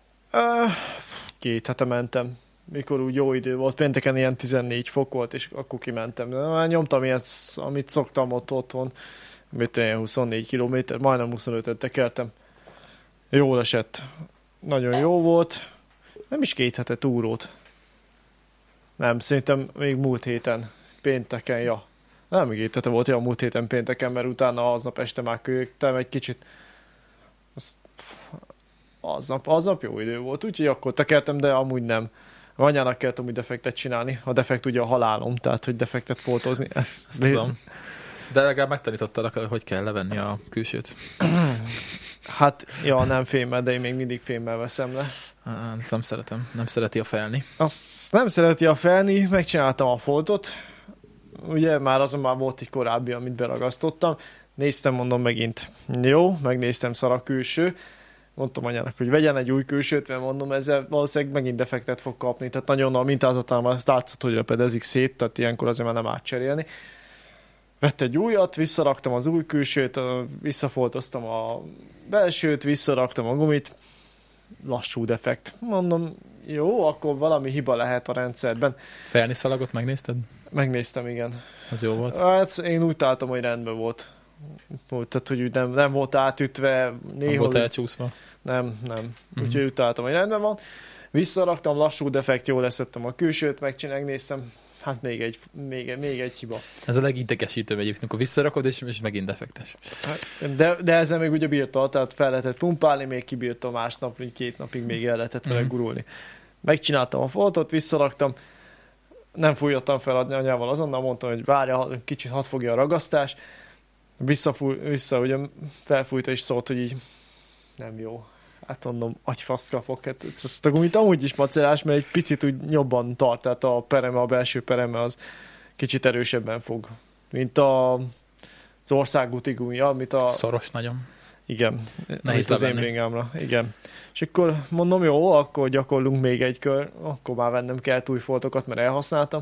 2 hete mentem, mikor úgy jó idő volt, pénteken ilyen 14 fok volt, és akkor kimentem. De már nyomtam ilyet, amit szoktam ott otthon, mit olyan 24 kilométer, majdnem 25-öt tekertem. Jól esett. Nagyon jó volt. Nem is 2 hete túrót. Nem, szerintem még múlt héten, pénteken, ja. Nem, még 2 hete volt, ja, múlt héten pénteken, mert utána aznap este már kölyögtem egy kicsit. Aznap jó idő volt, úgyhogy akkor tekertem, de amúgy nem. Anyának kellett amúgy defektet csinálni. A defekt ugye a halálom, tehát hogy defektet fotózni. Ezt tudom. De legalább megtanítottalak, hogy kell levenni a külsőt. Hát, ja, nem fémmel, de én még mindig fémmel veszem le. Nem szeretem. Nem szereti a felni. Azt nem szereti a felni, megcsináltam a foltot. Ugye már azon már volt egy korábbi, amit beragasztottam. Néztem, mondom megint. Jó, megnéztem, szar a külső. Mondtam anyának, hogy vegyen egy új külsőt, mert mondom, ezzel valószínűleg megint defektet fog kapni. Tehát nagyon a mintázatán már látszott, hogy repedezik szét, tehát ilyenkor azért már nem átcserélni. Vett egy újat, visszaraktam az új külsőt, visszafoltoztam a belsőt, visszaraktam a gumit. Lassú defekt. Mondom, jó, akkor valami hiba lehet a rendszerben. Felni szalagot megnézted? Megnéztem, igen. Az jó volt? Hát én úgy találtam, hogy rendben volt. Tehát, hogy nem volt átütve. Nem volt elcsúszva? Nem. Úgyhogy úgy találtam, hogy rendben van. Visszaraktam, lassú defekt, jól leszettem a külsőt, megnéztem. Hát még egy hiba. Ez a legidegesítőbb egyébként, amikor visszarakod, és megint defektes. De ezzel még ugye bírta, tehát fel lehetett pumpálni, még kibírta másnap, vagy 2 napig még el lehetett vele gurulni. Megcsináltam a foltot, visszaraktam, nem fújottam fel anyával azonnal, mondtam, hogy várja, kicsit hadd fogja a ragasztás. Vissza ugye felfújta és szólt, hogy így nem jó. Hát mondom, agyfaszt kapok. Hát ezt a gumit amúgy is macerás, mert egy picit úgy jobban tart, tehát a pereme, a belső pereme az kicsit erősebben fog, mint az országúti gumi, amit a... Szoros nagyon. Igen, nehéz az én bringámra. Igen. És akkor mondom, jó, akkor gyakorlunk még egy kör, akkor már vennem kell új foltokat, mert elhasználtam.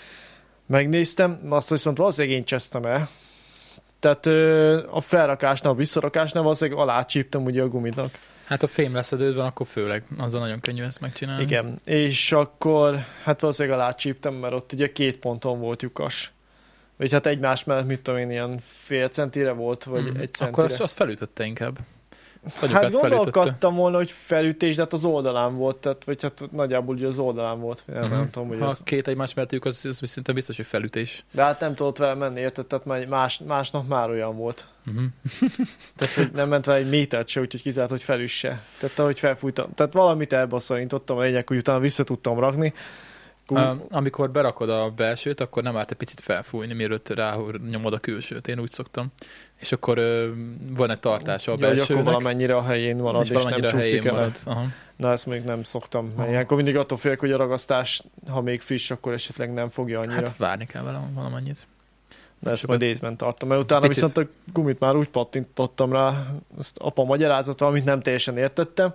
Megnéztem, azt viszont valószínűleg én csesztem el. Tehát a felrakásnál, a visszarakásnál valószínűleg alácsíptem ugye a guminak. Hát a fém leszedőd van, akkor főleg azzal nagyon könnyű ezt megcsinálni. Igen, és akkor hát valószínűleg alácsíptem, mert ott ugye 2 ponton volt lyukas. Vagy hát egymás mellett, mit tudom én, ilyen fél centire volt, vagy 1 centire. Akkor azt felütötte inkább. Hát gondolkodtam volna, hogy felütés, de hát az oldalán volt, tehát, vagy hát nagyjából ugye az oldalán volt. Nem tudom, hogy ha az... 2 egymás mellett lyuk, az szinte biztos, hogy felütés. De hát nem tudott vele menni, érted? Tehát másnap már olyan volt. Tehát, hogy nem ment vele egy métert se, úgyhogy kizárt, hogy felüsse. Tehát, ahogy felfújtam. Tehát valamit elbaszorintottam, a lényeg, hogy utána vissza tudtam rakni. Amikor berakod a belsőt, akkor nem árt egy picit felfújni, mielőtt nyomod a külsőt. Én úgy szoktam. És akkor van egy tartása a belsőnek. Hogy akkor valamennyire a helyén marad, és nem csúszik el. Na, ezt még nem szoktam. Ilyenkor mindig attól félek, hogy a ragasztás, ha még friss, akkor esetleg nem fogja annyira. Hát várni kell vele valamennyit. De ezt majd észben tartom. Mert utána viszont a gumit már úgy pattintottam rá, azt apa magyarázata, amit nem teljesen értettem.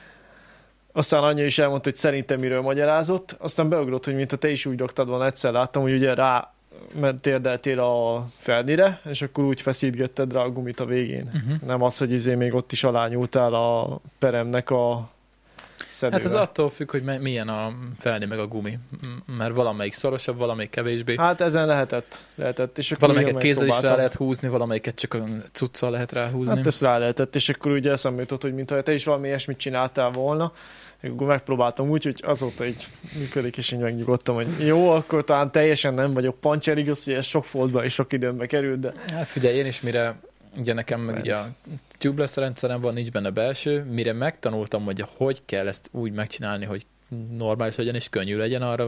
Aztán anya is elmondta, hogy szerintem miről magyarázott. Aztán beugrott, hogy mintha te is úgy raktad volna, egyszer láttam, hogy ugye rá térdeltél a felnire, és akkor úgy feszítgetted rá a gumit a végén. Nem az, hogy még ott is alányultál a peremnek a szedővel. Hát ez attól függ, hogy milyen a felni meg a gumi. Mert valamelyik szorosabb, valamelyik kevésbé. Hát ezen lehetett. És akkor valamelyiket kézzel is rá lehet húzni, valamelyiket csak a cuccal lehet ráhúzni. Hát ezt rá lehetett, és akkor ugye eszembe jutott, hogy mintha te is valami ilyesmit csináltál volna. Akkor megpróbáltam úgy, hogy azóta így működik, és így megnyugodtam, hogy jó, akkor talán teljesen nem vagyok pancser, igaz, hogy ez sok foltba és sok időmbe került, de... Hát figyelj, én is mire, ugye nekem meg ugye a tubeless rendszerem van, nincs benne belső, mire megtanultam, hogy kell ezt úgy megcsinálni, hogy normális legyen és könnyű legyen, arra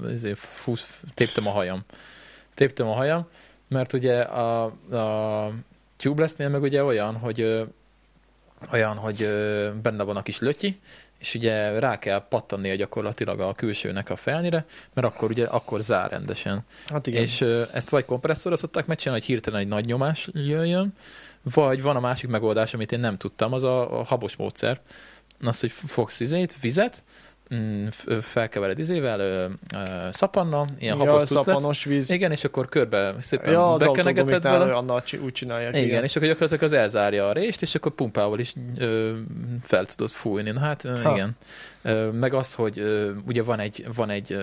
téptem a hajam, mert ugye a tubelessnél meg ugye olyan, hogy benne van a kis lötyi, és ugye rá kell pattannia gyakorlatilag a külsőnek a felnire, mert akkor zár rendesen. Hát igen. És ezt vagy kompresszorra szokták megcsinálni, hogy hirtelen egy nagy nyomás jöjjön, vagy van a másik megoldás, amit én nem tudtam, az a habos módszer. Az, hogy fogsz vizet, felkevered izével, szapanna, ilyen hapos szapanos víz. Igen, és akkor körbe szépen bekenegeted vele. Annál úgy csinálják. Igen, és akkor gyakorlatilag az elzárja a rést, és akkor pumpával is fel tudod fújni. Na hát igen. Meg az, hogy ugye van egy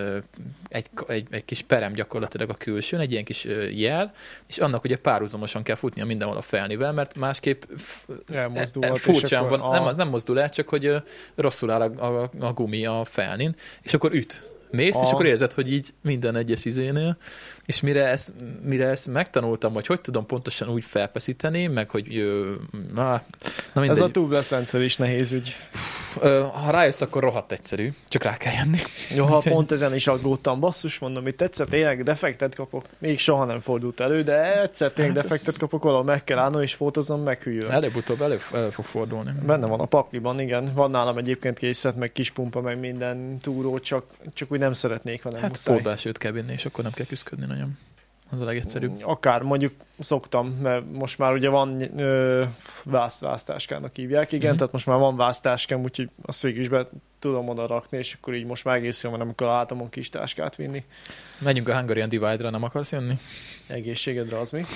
kis perem gyakorlatilag a külsőn, egy ilyen kis jel, és annak ugye párhuzamosan kell futnia mindenhol a felnivel, mert másképp furcsán van, nem mozdul el, csak hogy rosszul áll a gumi a felnin, és akkor üt. Mész, és akkor érzed, hogy így minden egyes izénél, és mire ezt megtanultam, hogy tudom pontosan úgy felfeszíteni, meg hogy na mindegy. Ez a tubeless rendszer is nehéz ügy. Ha rájössz, akkor rohadt egyszerű, csak rá kell jönni. Jó, ha pont ezen is aggódtam, basszus, mondom, itt egyszer tényleg defektet kapok, még soha nem fordult elő, de egyszer tényleg defektet kapok, valahol meg kell állnom, és fotózom, meghűlök. Előbb-utóbb elő fog fordulni. Benne van a pakliban, igen. Van nálam egyébként készlet, meg kis pumpa, meg minden túró, csak úgy nem szeretnék, hanem muszáj. Pótbelsőt kell vinni, és akkor nem kell küszködni nagyon. Az a legegyszerűbb. Akár mondjuk szoktam, mert most már ugye van vásztáskának hívják, igen, tehát most már van vásztáskám, úgyhogy azt végül is be tudom oda rakni, és akkor így most már egész jól, mert nem kell a hátamon kis táskát vinni. Menjünk a Hungarian Divide-ra, nem akarsz jönni? Egészségedre az mi?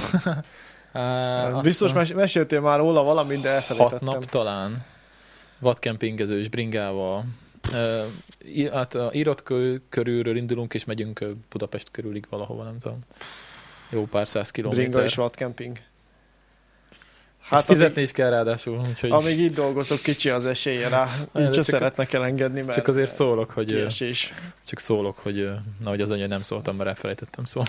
Biztos meséltél már róla valamit, de elfelejtettem. 6 nap talán. Vadkempingezős bringával. Hát Írott körülről indulunk, és megyünk Budapest körülig valahova, nem tudom. Jó pár száz kilométer. Bringa és vadkemping. Hát fizetni is kell ráadásul. Úgyhogy... Amíg itt dolgozok, kicsi az esélye rá. Így se szeretnek elengedni, mert... Csak azért szólok, hogy... Kiesés. Csak szólok, hogy... Na, hogy az anya nem szóltam, mert elfelejtettem szólni.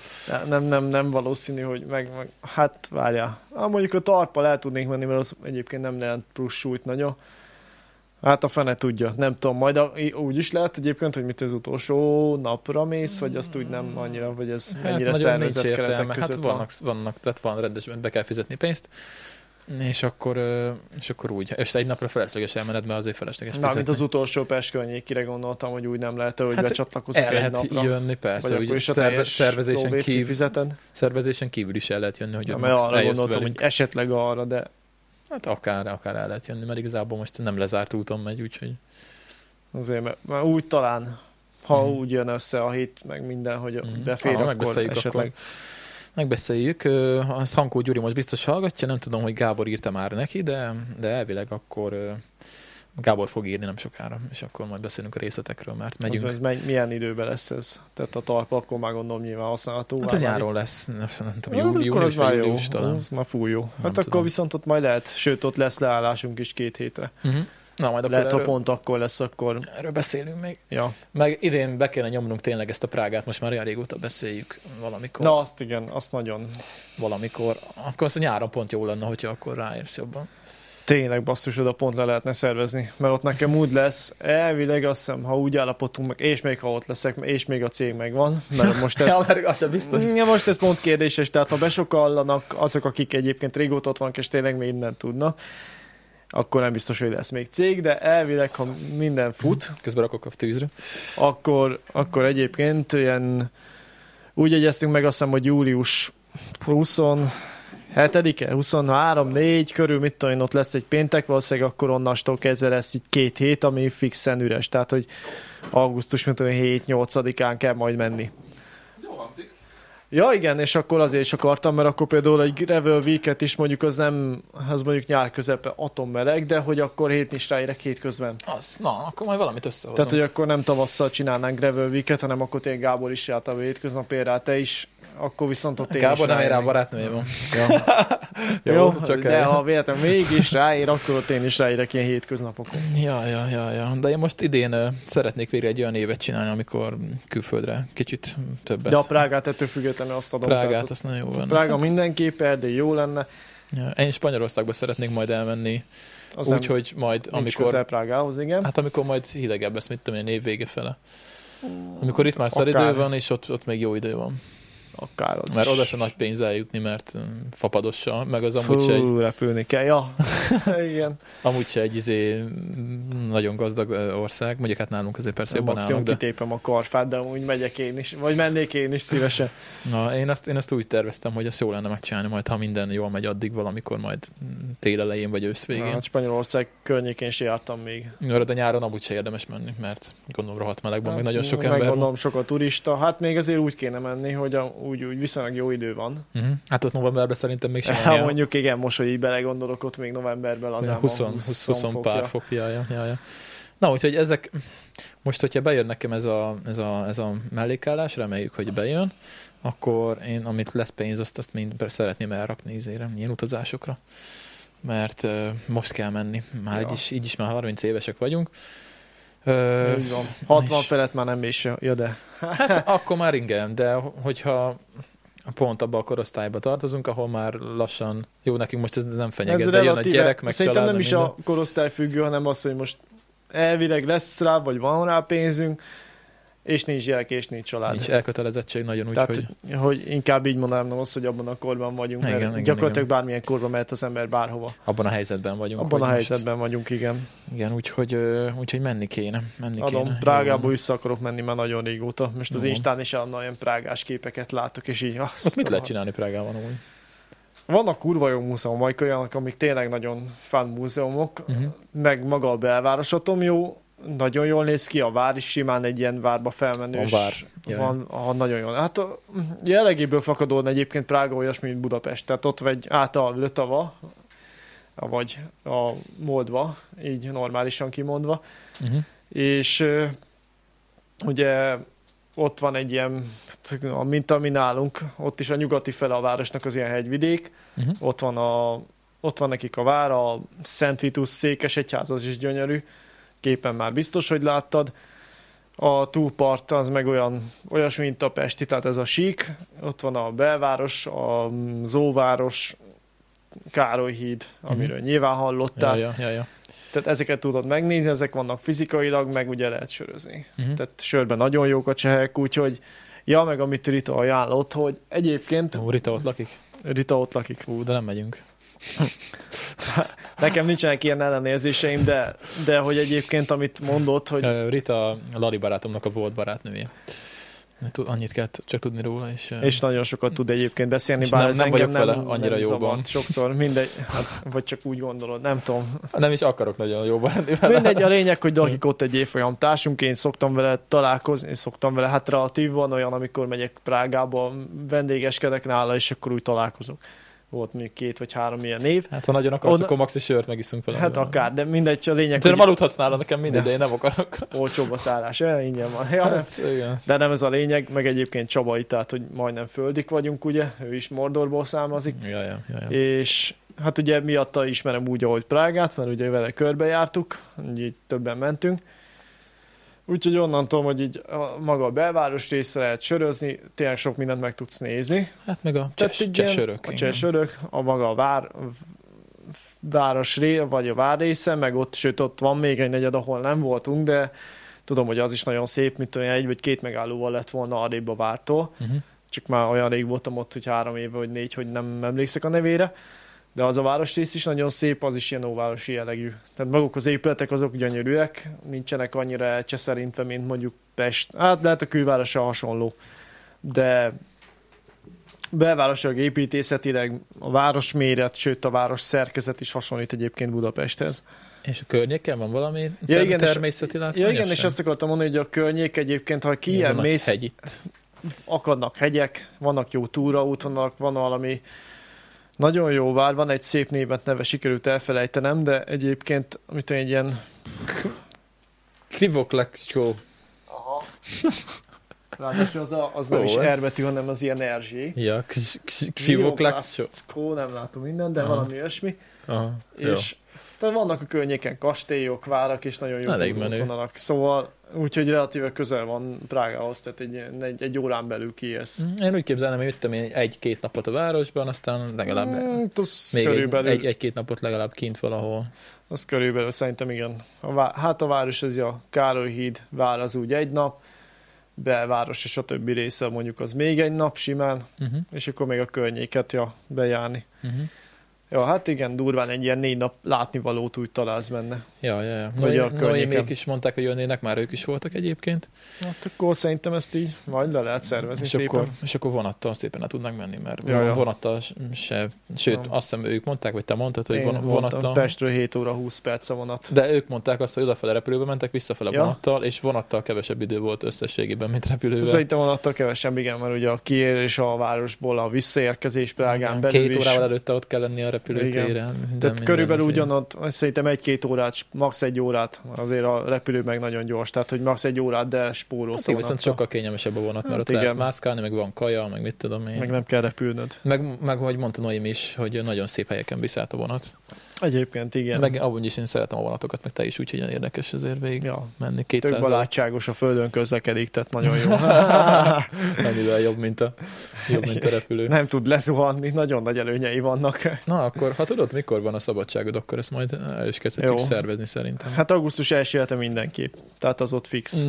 Nem valószínű, hogy hát várjál. Mondjuk a tarppal el tudnék menni, mert az egyébként nem lehet plusz súlyt nagyon. Hát a fene tudja, nem tudom, majd úgy is lehet egyébként, hogy mit az utolsó napra mész, vagy azt úgy nem annyira, vagy ez mennyire szervezett keretek között vannak, tehát van rendesen, be kell fizetni pénzt, és akkor úgy, és egy napra felesleges elmened, mert azért felesleges fizetni. Mint az utolsó Pest környékire gondoltam, hogy úgy nem lehet, hogy becsatlakozok egy lehet napra. Jönni, persze, vagy úgy szervezésen kívül is el lehet jönni, hogy mert arra gondoltam, hogy esetleg arra, de hát akár el lehet jönni, mert igazából most nem lezárt úton megy, úgyhogy... Azért, mert úgy talán, ha úgy jön össze a hét, meg minden, hogy befér, akkor esetleg... Megbeszéljük. A Szankó Gyuri most biztos hallgatja, nem tudom, hogy Gábor írta már neki, de elvileg akkor Gábor fog írni nem sokára, és akkor majd beszélünk a részletekről, mert megyünk. Ez milyen időben lesz ez? Tehát a talp akkor már gondolom nyilván használható. Hát ez nyáron lesz, nem tudom, július vagy július talán. Az már fúj jó. Hát akkor tudom. Viszont ott majd lehet, sőt ott lesz leállásunk is 2 hétre. Na, majd lehet, ha pont akkor lesz, akkor... Erről beszélünk még. Ja. Meg idén be kéne nyomnunk tényleg ezt a Prágát, most már olyan régóta beszéljük valamikor. Na azt igen, azt nagyon. Valamikor. Akkor azt a nyáron pont jó lenne, hogyha akkor ráérsz jobban. Tényleg basszus, oda pont le lehetne szervezni, mert ott nekem úgy lesz, elvileg azt hiszem, ha úgy állapotunk meg, és még ha ott leszek, és még a cég megvan, mert most ez... az sem biztos. Most ez pont kérdéses, tehát ha besokallanak azok, akik egyébként régóta ott vannak, és tényleg még innen tudnak, akkor nem biztos, hogy lesz még cég, de elvileg, ha minden fut, közben rakok a tűzre, akkor egyébként ilyen, úgy egyeztünk meg azt hiszem, hogy július 27-e, 23-4 körül, mit tudom én, ott lesz egy péntek, valószínűleg akkor onnastól kezdve lesz így 2 hét, ami fixen üres, tehát hogy augusztus, mint tudom 7-8-án kell majd menni. Jó hangzik. Ja igen, és akkor azért is akartam, mert akkor például egy gravel weeket is mondjuk az mondjuk nyár közepe atommeleg, de hogy akkor is ráérek hétközben. Akkor majd valamit összehozom. Tehát, hogy akkor nem tavasszal csinálnánk gravel weeket, hanem akkor tényleg Gábor is járt a hétköznapért rá, te is, akkor viszont ott én Gábor nem ér rá, barátnője van. Jó, de ha véletlenül mégis ráér, akkor ott én is ráérek ilyen hétköznapokon. Ja. De én most idén szeretnék végre egy olyan évet csinálni, amikor külföldre kicsit többet. De a Prágát ettől függetlenül azt adom. Prágát, azt nagyon jó lenne. Prága mindenképp, Erdély jó lenne. Ja, én Spanyolországba szeretnék majd elmenni. Úgyhogy majd amikor... Prágához, igen. Hát amikor majd hidegebb lesz, mit tudom én, év vége fele. Amikor itt már szaridő van, és ott még jó idő van. akár az Mert is. oda se nagy pénz eljutni, mert fapadossal, meg az amúgy se egy, repülni kell, ja. Igen. amúgy se egy nagyon gazdag ország, mondjuk hát nálunk azért persze jobban Maximum állnak, de... kitépem a karfát, de úgy megyek én is, vagy mennék én is szívesen. Na, én azt úgy terveztem, hogy azt jó lenne megcsinálni majd, ha minden jól megy addig valamikor majd tél elején vagy ősz végén. Hát Spanyolország környékén is jártam még. De nyáron amúgy se érdemes menni, mert gondolom rohadt melegben, meg nagyon sok ember van. Megmondom, sok a turista. Hát még azért úgy kéne menni, hogy úgy viszonylag jó idő van. Hát ott novemberben szerintem még sem. Hát mondjuk igen, most, hogy így belegondolok, ott még novemberben az 20 pár fok. Ja. Na, úgyhogy ezek, most, hogyha bejön nekem ez a mellékállás, reméljük, hogy bejön, akkor én, amit lesz pénz, azt mind szeretném elrakni ilyen utazásokra. Mert most kell menni. Már így is már 30 évesek vagyunk. Úgy van. 60 felett már nem is, ja de. Hát akkor már igen, de hogyha pont abba a korosztályba tartozunk, ahol már lassan, jó, nekünk most ez nem fenyeget, de jön a gyerek, meg szerintem család, nem is a korosztály függő, hanem az, hogy most elvileg lesz rá, vagy van rá pénzünk, és nincs gyerek, és nincs család. Nincs elkötelezettség nagyon úgy, tehát, hogy inkább így mondanám, nem az, hogy abban a korban vagyunk, mert igen, gyakorlatilag bármilyen korban mehet az ember bárhova. Abban a helyzetben vagyunk. Abban a helyzetben vagyunk, igen. Igen, úgyhogy menni kéne. Prágába vissza akarok menni már nagyon régóta. Most az Instán is olyan prágás képeket látok, és így... Ott mit lehet csinálni Prágában amúgy? Vannak kurva jó múzeumok, olyanok, amik tényleg nagyon fun múzeumok, meg maga a belvárosatom jó, nagyon jól néz ki, a vár is simán egy ilyen várba felmenős. Van, nagyon jól. Hát a jellegéből fakadóan egyébként Prága olyasmi, mint Budapest. Tehát ott vagy a Vltava, vagy a Moldva, így normálisan kimondva. És Ugye ott van egy ilyen, mint ami nálunk, ott is a nyugati fele a városnak az ilyen hegyvidék, ott van nekik a vár, a Szent Vitus székesegyház, az is gyönyörű, képen már biztos, hogy láttad. A túlpart az meg olyasmi, mint a Pesti, tehát ez a sík, ott van a belváros, a Zóváros, Károly híd, amiről nyilván hallottál. Ja. Tehát ezeket tudod megnézni, ezek vannak fizikailag, meg ugye lehet sörözni. Tehát sörben nagyon jók a csehek, úgyhogy meg amit Rita ajánlott, hogy egyébként... Rita ott lakik? Rita ott lakik. De nem megyünk. Nekem nincsenek ilyen ellenérzéseim, de hogy egyébként amit mondott, hogy... Rita Lali barátomnak a volt barátnője. Annyit kell csak tudni róla. És nagyon sokat tud egyébként beszélni, és bár ez engem nem annyira jóban. Sokszor, mindegy, vagy csak úgy gondolod, nem tudom. Nem is akarok nagyon jóban lenni. Mindegy, a lényeg, hogy lakik ott egy évfolyam társunk, én szoktam vele találkozni, hát relatív van olyan, amikor megyek Prágába, vendégeskedek nála, és akkor úgy találkozunk. Volt még 2 vagy 3 ilyen név. Hát ha nagyon akarsz, akkor maxi sört megiszunk vele. Hát akár, de mindegy, a lényeg, hogy... aludhatsz nála, nekem mindegy, de én nem akarok. Olcsóbb a szállás, ingyen van. Ja, de nem ez a lényeg, meg egyébként Csabai, tehát hogy majdnem földik vagyunk, ugye, ő is Mordorból származik. Ja. És hát ugye miatta ismerem úgy, ahogy Prágát, mert ugye vele körbejártuk, így többen mentünk. Úgyhogy onnan tudom, hogy így maga a belváros része lehet sörözni, tényleg sok mindent meg tudsz nézni. Hát meg a cseh sörök. A cseh sörök, a maga a város vagy a várrésze, meg ott van még egy negyed, ahol nem voltunk, de tudom, hogy az is nagyon szép, mint olyan 1 vagy 2 megállóval lett volna arrébb a vártól. Csak már olyan rég voltam ott, hogy 3 éve vagy 4, hogy nem emlékszek a nevére. De az a városrész is nagyon szép, az is ilyen óvárosi jellegű. Tehát maguk az épületek azok gyönyörűek, nincsenek annyira elcseszerintve, mint mondjuk Pest. Hát lehet a külvárosa hasonló, de belvárosilag, építészetileg a városméret, sőt a város szerkezet is hasonlít egyébként Budapesthez. És a környéken van valami természeti látvány? Ja, igen, és azt akartam mondani, hogy a környék egyébként, ha kijön mész, akadnak hegyek, vannak jó túraútvonalak, van valami nagyon jó vár, van egy szép névet neve, sikerült elfelejtenem, de egyébként, amit egy ilyen... Krivoklakcsó. Aha. Ráadásul az nem is erbetű, hanem az ilyen erzsé. Ja, Krivoklakcsó. Nem látom minden, de valami olyasmi. És tehát vannak a környéken kastélyok, várak, és nagyon jó túraútvonalak. Szóval úgyhogy relatíve közel van Prágához, tehát egy órán belül kiérsz. Én úgy képzelnem, hogy jöttem én 1-2 napot a városban, aztán legalább még körülbelül 1-2 napot legalább kint valahol. Az körülbelül szerintem igen. A város az a Károly híd, vár az úgy 1 nap, belváros és a többi része mondjuk az még egy nap simán, és akkor még a környéket bejárni. Ja, hát igen, durván egy ilyen 4 nap látnivalót úgy találsz benne. Ja. Noémiék is mondták, hogy jönnének, már ők is voltak egyébként. Hát akkor szerintem ezt így majd le lehet szervezni szépen. És akkor vonattal szépen le tudnak menni, mert vonattal se... Sőt, azt hiszem ők mondták, vagy te mondtad, hogy vonattal... Pestről 7 óra 20 perc a vonat. De ők mondták azt, hogy odafele repülőbe mentek, visszafele vonattal, és vonattal kevesebb idő volt összességében, mint repülővel. Szerintem vonattal kevesebb, igen, mert ugye a kiérés a városból, a visszaérkezés Prágán belül 2 órával előtte ott kell lenni a repülőtéren. Tehát körülbelül ugyanott, szerintem 1-2 órát, max. 1 órát, azért a repülő meg nagyon gyors, tehát hogy max. 1 órát, de spórolsz a viszont sokkal kényelmesebb a vonat, mert ott lehet mászkálni, meg van kaja, meg mit tudom én. Meg nem kell repülnöd. Meg hogy mondta Noémi is, hogy nagyon szép helyeken viszállt a vonat. Egyébként igen. Meg abban is én szeretem a vonatokat, meg te is, úgyhogy érdekes azért végig menni. 200 tök barátságos, a földön közlekedik, tehát nagyon jó. Mennyivel jobb, mint a repülő. Nem tud lezuhanni, nagyon nagy előnyei vannak. Na akkor, ha tudod, mikor van a szabadságod, akkor ezt majd el is kezdhetjük szervezni szerintem. Hát augusztus 1 hete mindenképp, tehát az ott fix.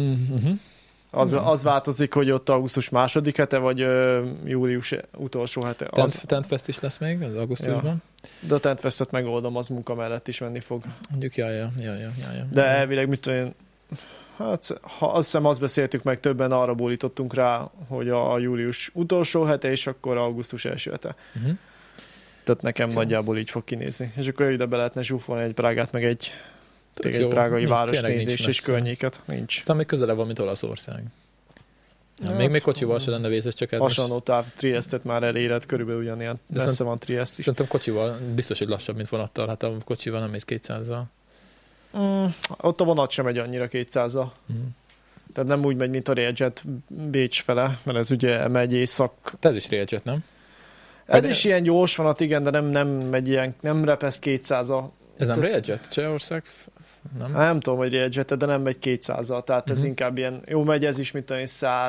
Az változik, hogy ott augusztus 2. hete, vagy július utolsó hete. Tentfest is lesz még az augusztusban. Ja. De a Tentfestet megoldom, az munka mellett is menni fog. Mondjuk, ja. De elvileg, mit tudom én, hát azt hiszem azt beszéltük meg, többen arra bólítottunk rá, hogy a július utolsó hete, és akkor augusztus 1. hete. Tehát nekem nagyjából így fog kinézni. És akkor ide be lehetne zsúfolni egy Prágát, meg egy prágai városnézés és környéket. Nincs. Aztán még közelebb van, mint Olaszország. Ja, még kocsival se lenne vészes, csak ez hasonló táv, Triestet már eléred, körülbelül ugyanilyen messze van Triest is. Szerintem kocsival biztos, hogy lassabb, mint vonattal. Hát a kocsival nem mész 200-zal. Ott a vonat sem megy annyira 200-zal. Tehát nem úgy megy, mint a Railjet Bécs fele, mert ez ugye megy észak. De ez is Railjet, nem? Ez is ilyen gyors vonat, igen, de nem megy ilyen, nem repesz 200-al. Ez nem Railjet? Csehország? Nem tudom, hogy Railjet, de nem megy 200-al, tehát ez inkább ilyen, jó megy ez is, mint olyan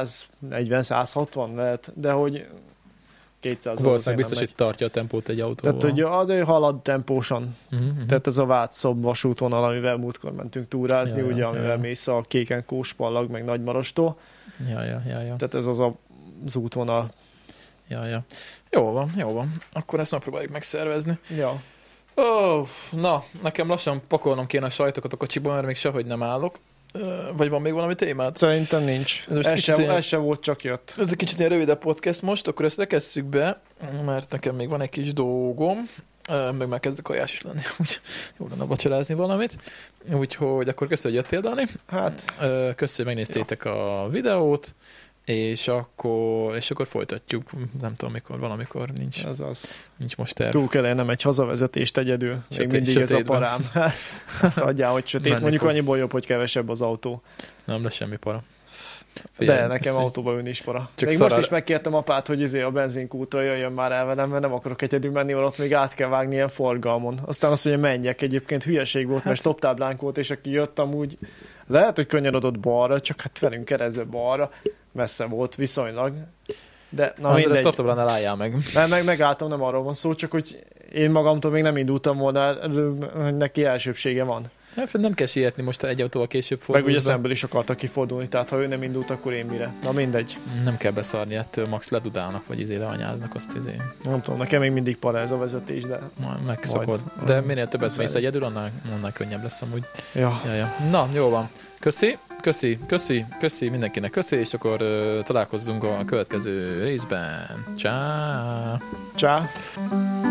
140-160 lehet, de hogy 200-al. Valószínűleg biztos, hogy tartja a tempót egy autóval. Tehát, hogy azért halad tempósan. Tehát ez a Vác-Szob vasútvonal, amivel múltkor mentünk túrázni, ugye, amivel mész a Kéken-Kóspallag, meg Nagymarostól. Ja. Tehát ez az útvonal. Ja. Jó van. Akkor ezt megpróbáljuk megszervezni. Ja. Na, nekem lassan pakolnom kéne a sajtokat a kocsiba, mert még sehogy nem állok. Vagy van még valami témád? Szerintem nincs. Ez se volt, csak jött. Ez egy kicsit ilyen rövidebb podcast most, akkor ezt rekesszük be, mert nekem még van egy kis dolgom, meg már kezdek kajás is lenni, úgy jó lenne vacsorázni valamit. Úgyhogy akkor köszönjük, hogy jöttél, Dani. Hát. Köszönjük, hogy megnéztétek a videót. És akkor folytatjuk, nem tudom mikor, valamikor nincs most terv. Túl kellene nem egy hazavezetést egyedül, még mindig ez a parám. Azt adjál, hogy sötét, mondjuk annyiból jobb, hogy kevesebb az autó. Nem lesz semmi para. Figyelj, de nekem autóba ülni is para. Még most is megkértem apát, hogy a benzinkútra jöjjön már el velem, mert nem akarok egyedül menni, mert ott még át kell vágni ilyen forgalmon. Aztán azt mondja, menjek, egyébként hülyeség volt, mert stoptáblánk volt, és aki jött amúgy, lehet, hogy kanyarodott balra, csak hát velünk keresztbe balra, messze volt viszonylag. De na mindegy. Azért a stoptáblánál álljál meg. Megálltam, nem arról van szó, csak hogy én magamtól még nem indultam volna, hogy neki elsőbsége van. Nem kell sietni, most egy autóval később fordulsz. Meg ugye szemből is akartak kifordulni, tehát ha ő nem indult, akkor én mire. Na mindegy. Nem kell beszarni ettől, max ledudálnak, vagy leanyáznak azt Nem tudom, nekem még mindig para ez a vezetés, de... Megszokod. De minél többet mész egyedül, annál könnyebb lesz amúgy. Ja. Na, jó van. Köszi mindenkinek, köszi, és akkor találkozzunk a következő részben. Csá!